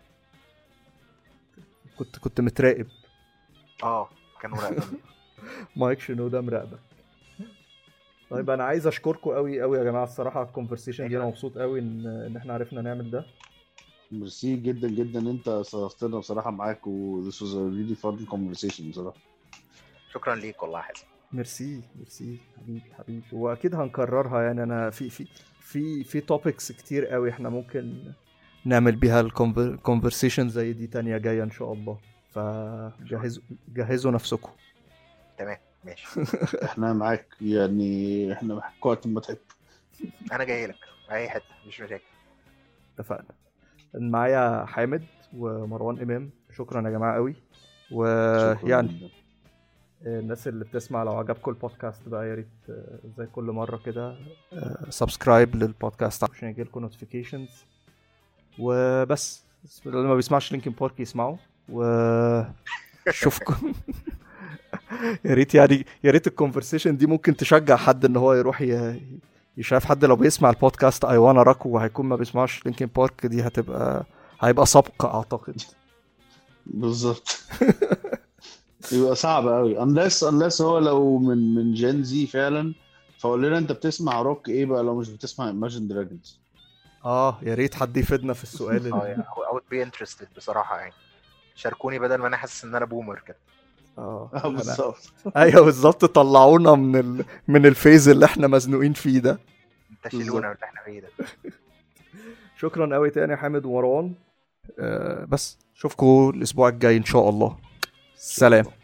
كنت متراقب. كانوا راقبين. مايك شنو ده مراقبك. طيب انا عايز اشكركم قوي قوي يا جماعه الصراحه على الكونفرسيشن دي. انا مبسوط قوي ان احنا عرفنا نعمل ده. ميرسي جدا جدا انت صرفتنا بصراحه معاك، و this was a really fun conversation بصراحه. شكرا ليك والله حسن. ميرسي حبيبي. واكيد هنكررها يعني. انا في توبكس كتير قوي احنا ممكن نعمل بيها الكونفرسيشن زي دي تانية جايه ان شاء الله. فجهزوا نفسكم. تمام ماشي. احنا معاك يعني، احنا معاك وقت ما تحب. انا جاي لك اي حته، مش مشاكل. اتفقنا. معايا حامد ومروان امام. شكرا يا جماعه قوي. ويعني الناس اللي بتسمع، لو عجبكم البودكاست بقى يا ريت زي كل مره كده سبسكرايب للبودكاست عشان يجيلكم نوتيفيكيشنز. وبس اللي ما بيسمعش لينكن بارك يسمعوا. وشوفكم. يا ريت الكونفرسيشن دي ممكن تشجع حد ان هو يروح يشاف حد لو بيسمع البودكاست اي وانا راكو، وهيكون ما بيسمعش لينكن بارك. دي هيبقى سبق اعتقد. بالظبط. يبقى صعب قوي unless هو لو من جين زي فعلا. فقول لنا انت بتسمع روك ايه بقى لو مش بتسمع Imagine Dragons. يا ريت حد يفيدنا في السؤال. I would be interested بصراحه يعني. شاركوني بدل ما انا حاسس ان انا بومر كده. بالظبط. ايوه بالظبط. طلعونا من الفيز اللي احنا مزنوقين فيه ده. تشيلونا اللي احنا فيه ده. شكرا قوي تاني يا حامد ومروان. بس اشوفكم الاسبوع الجاي ان شاء الله. سلام.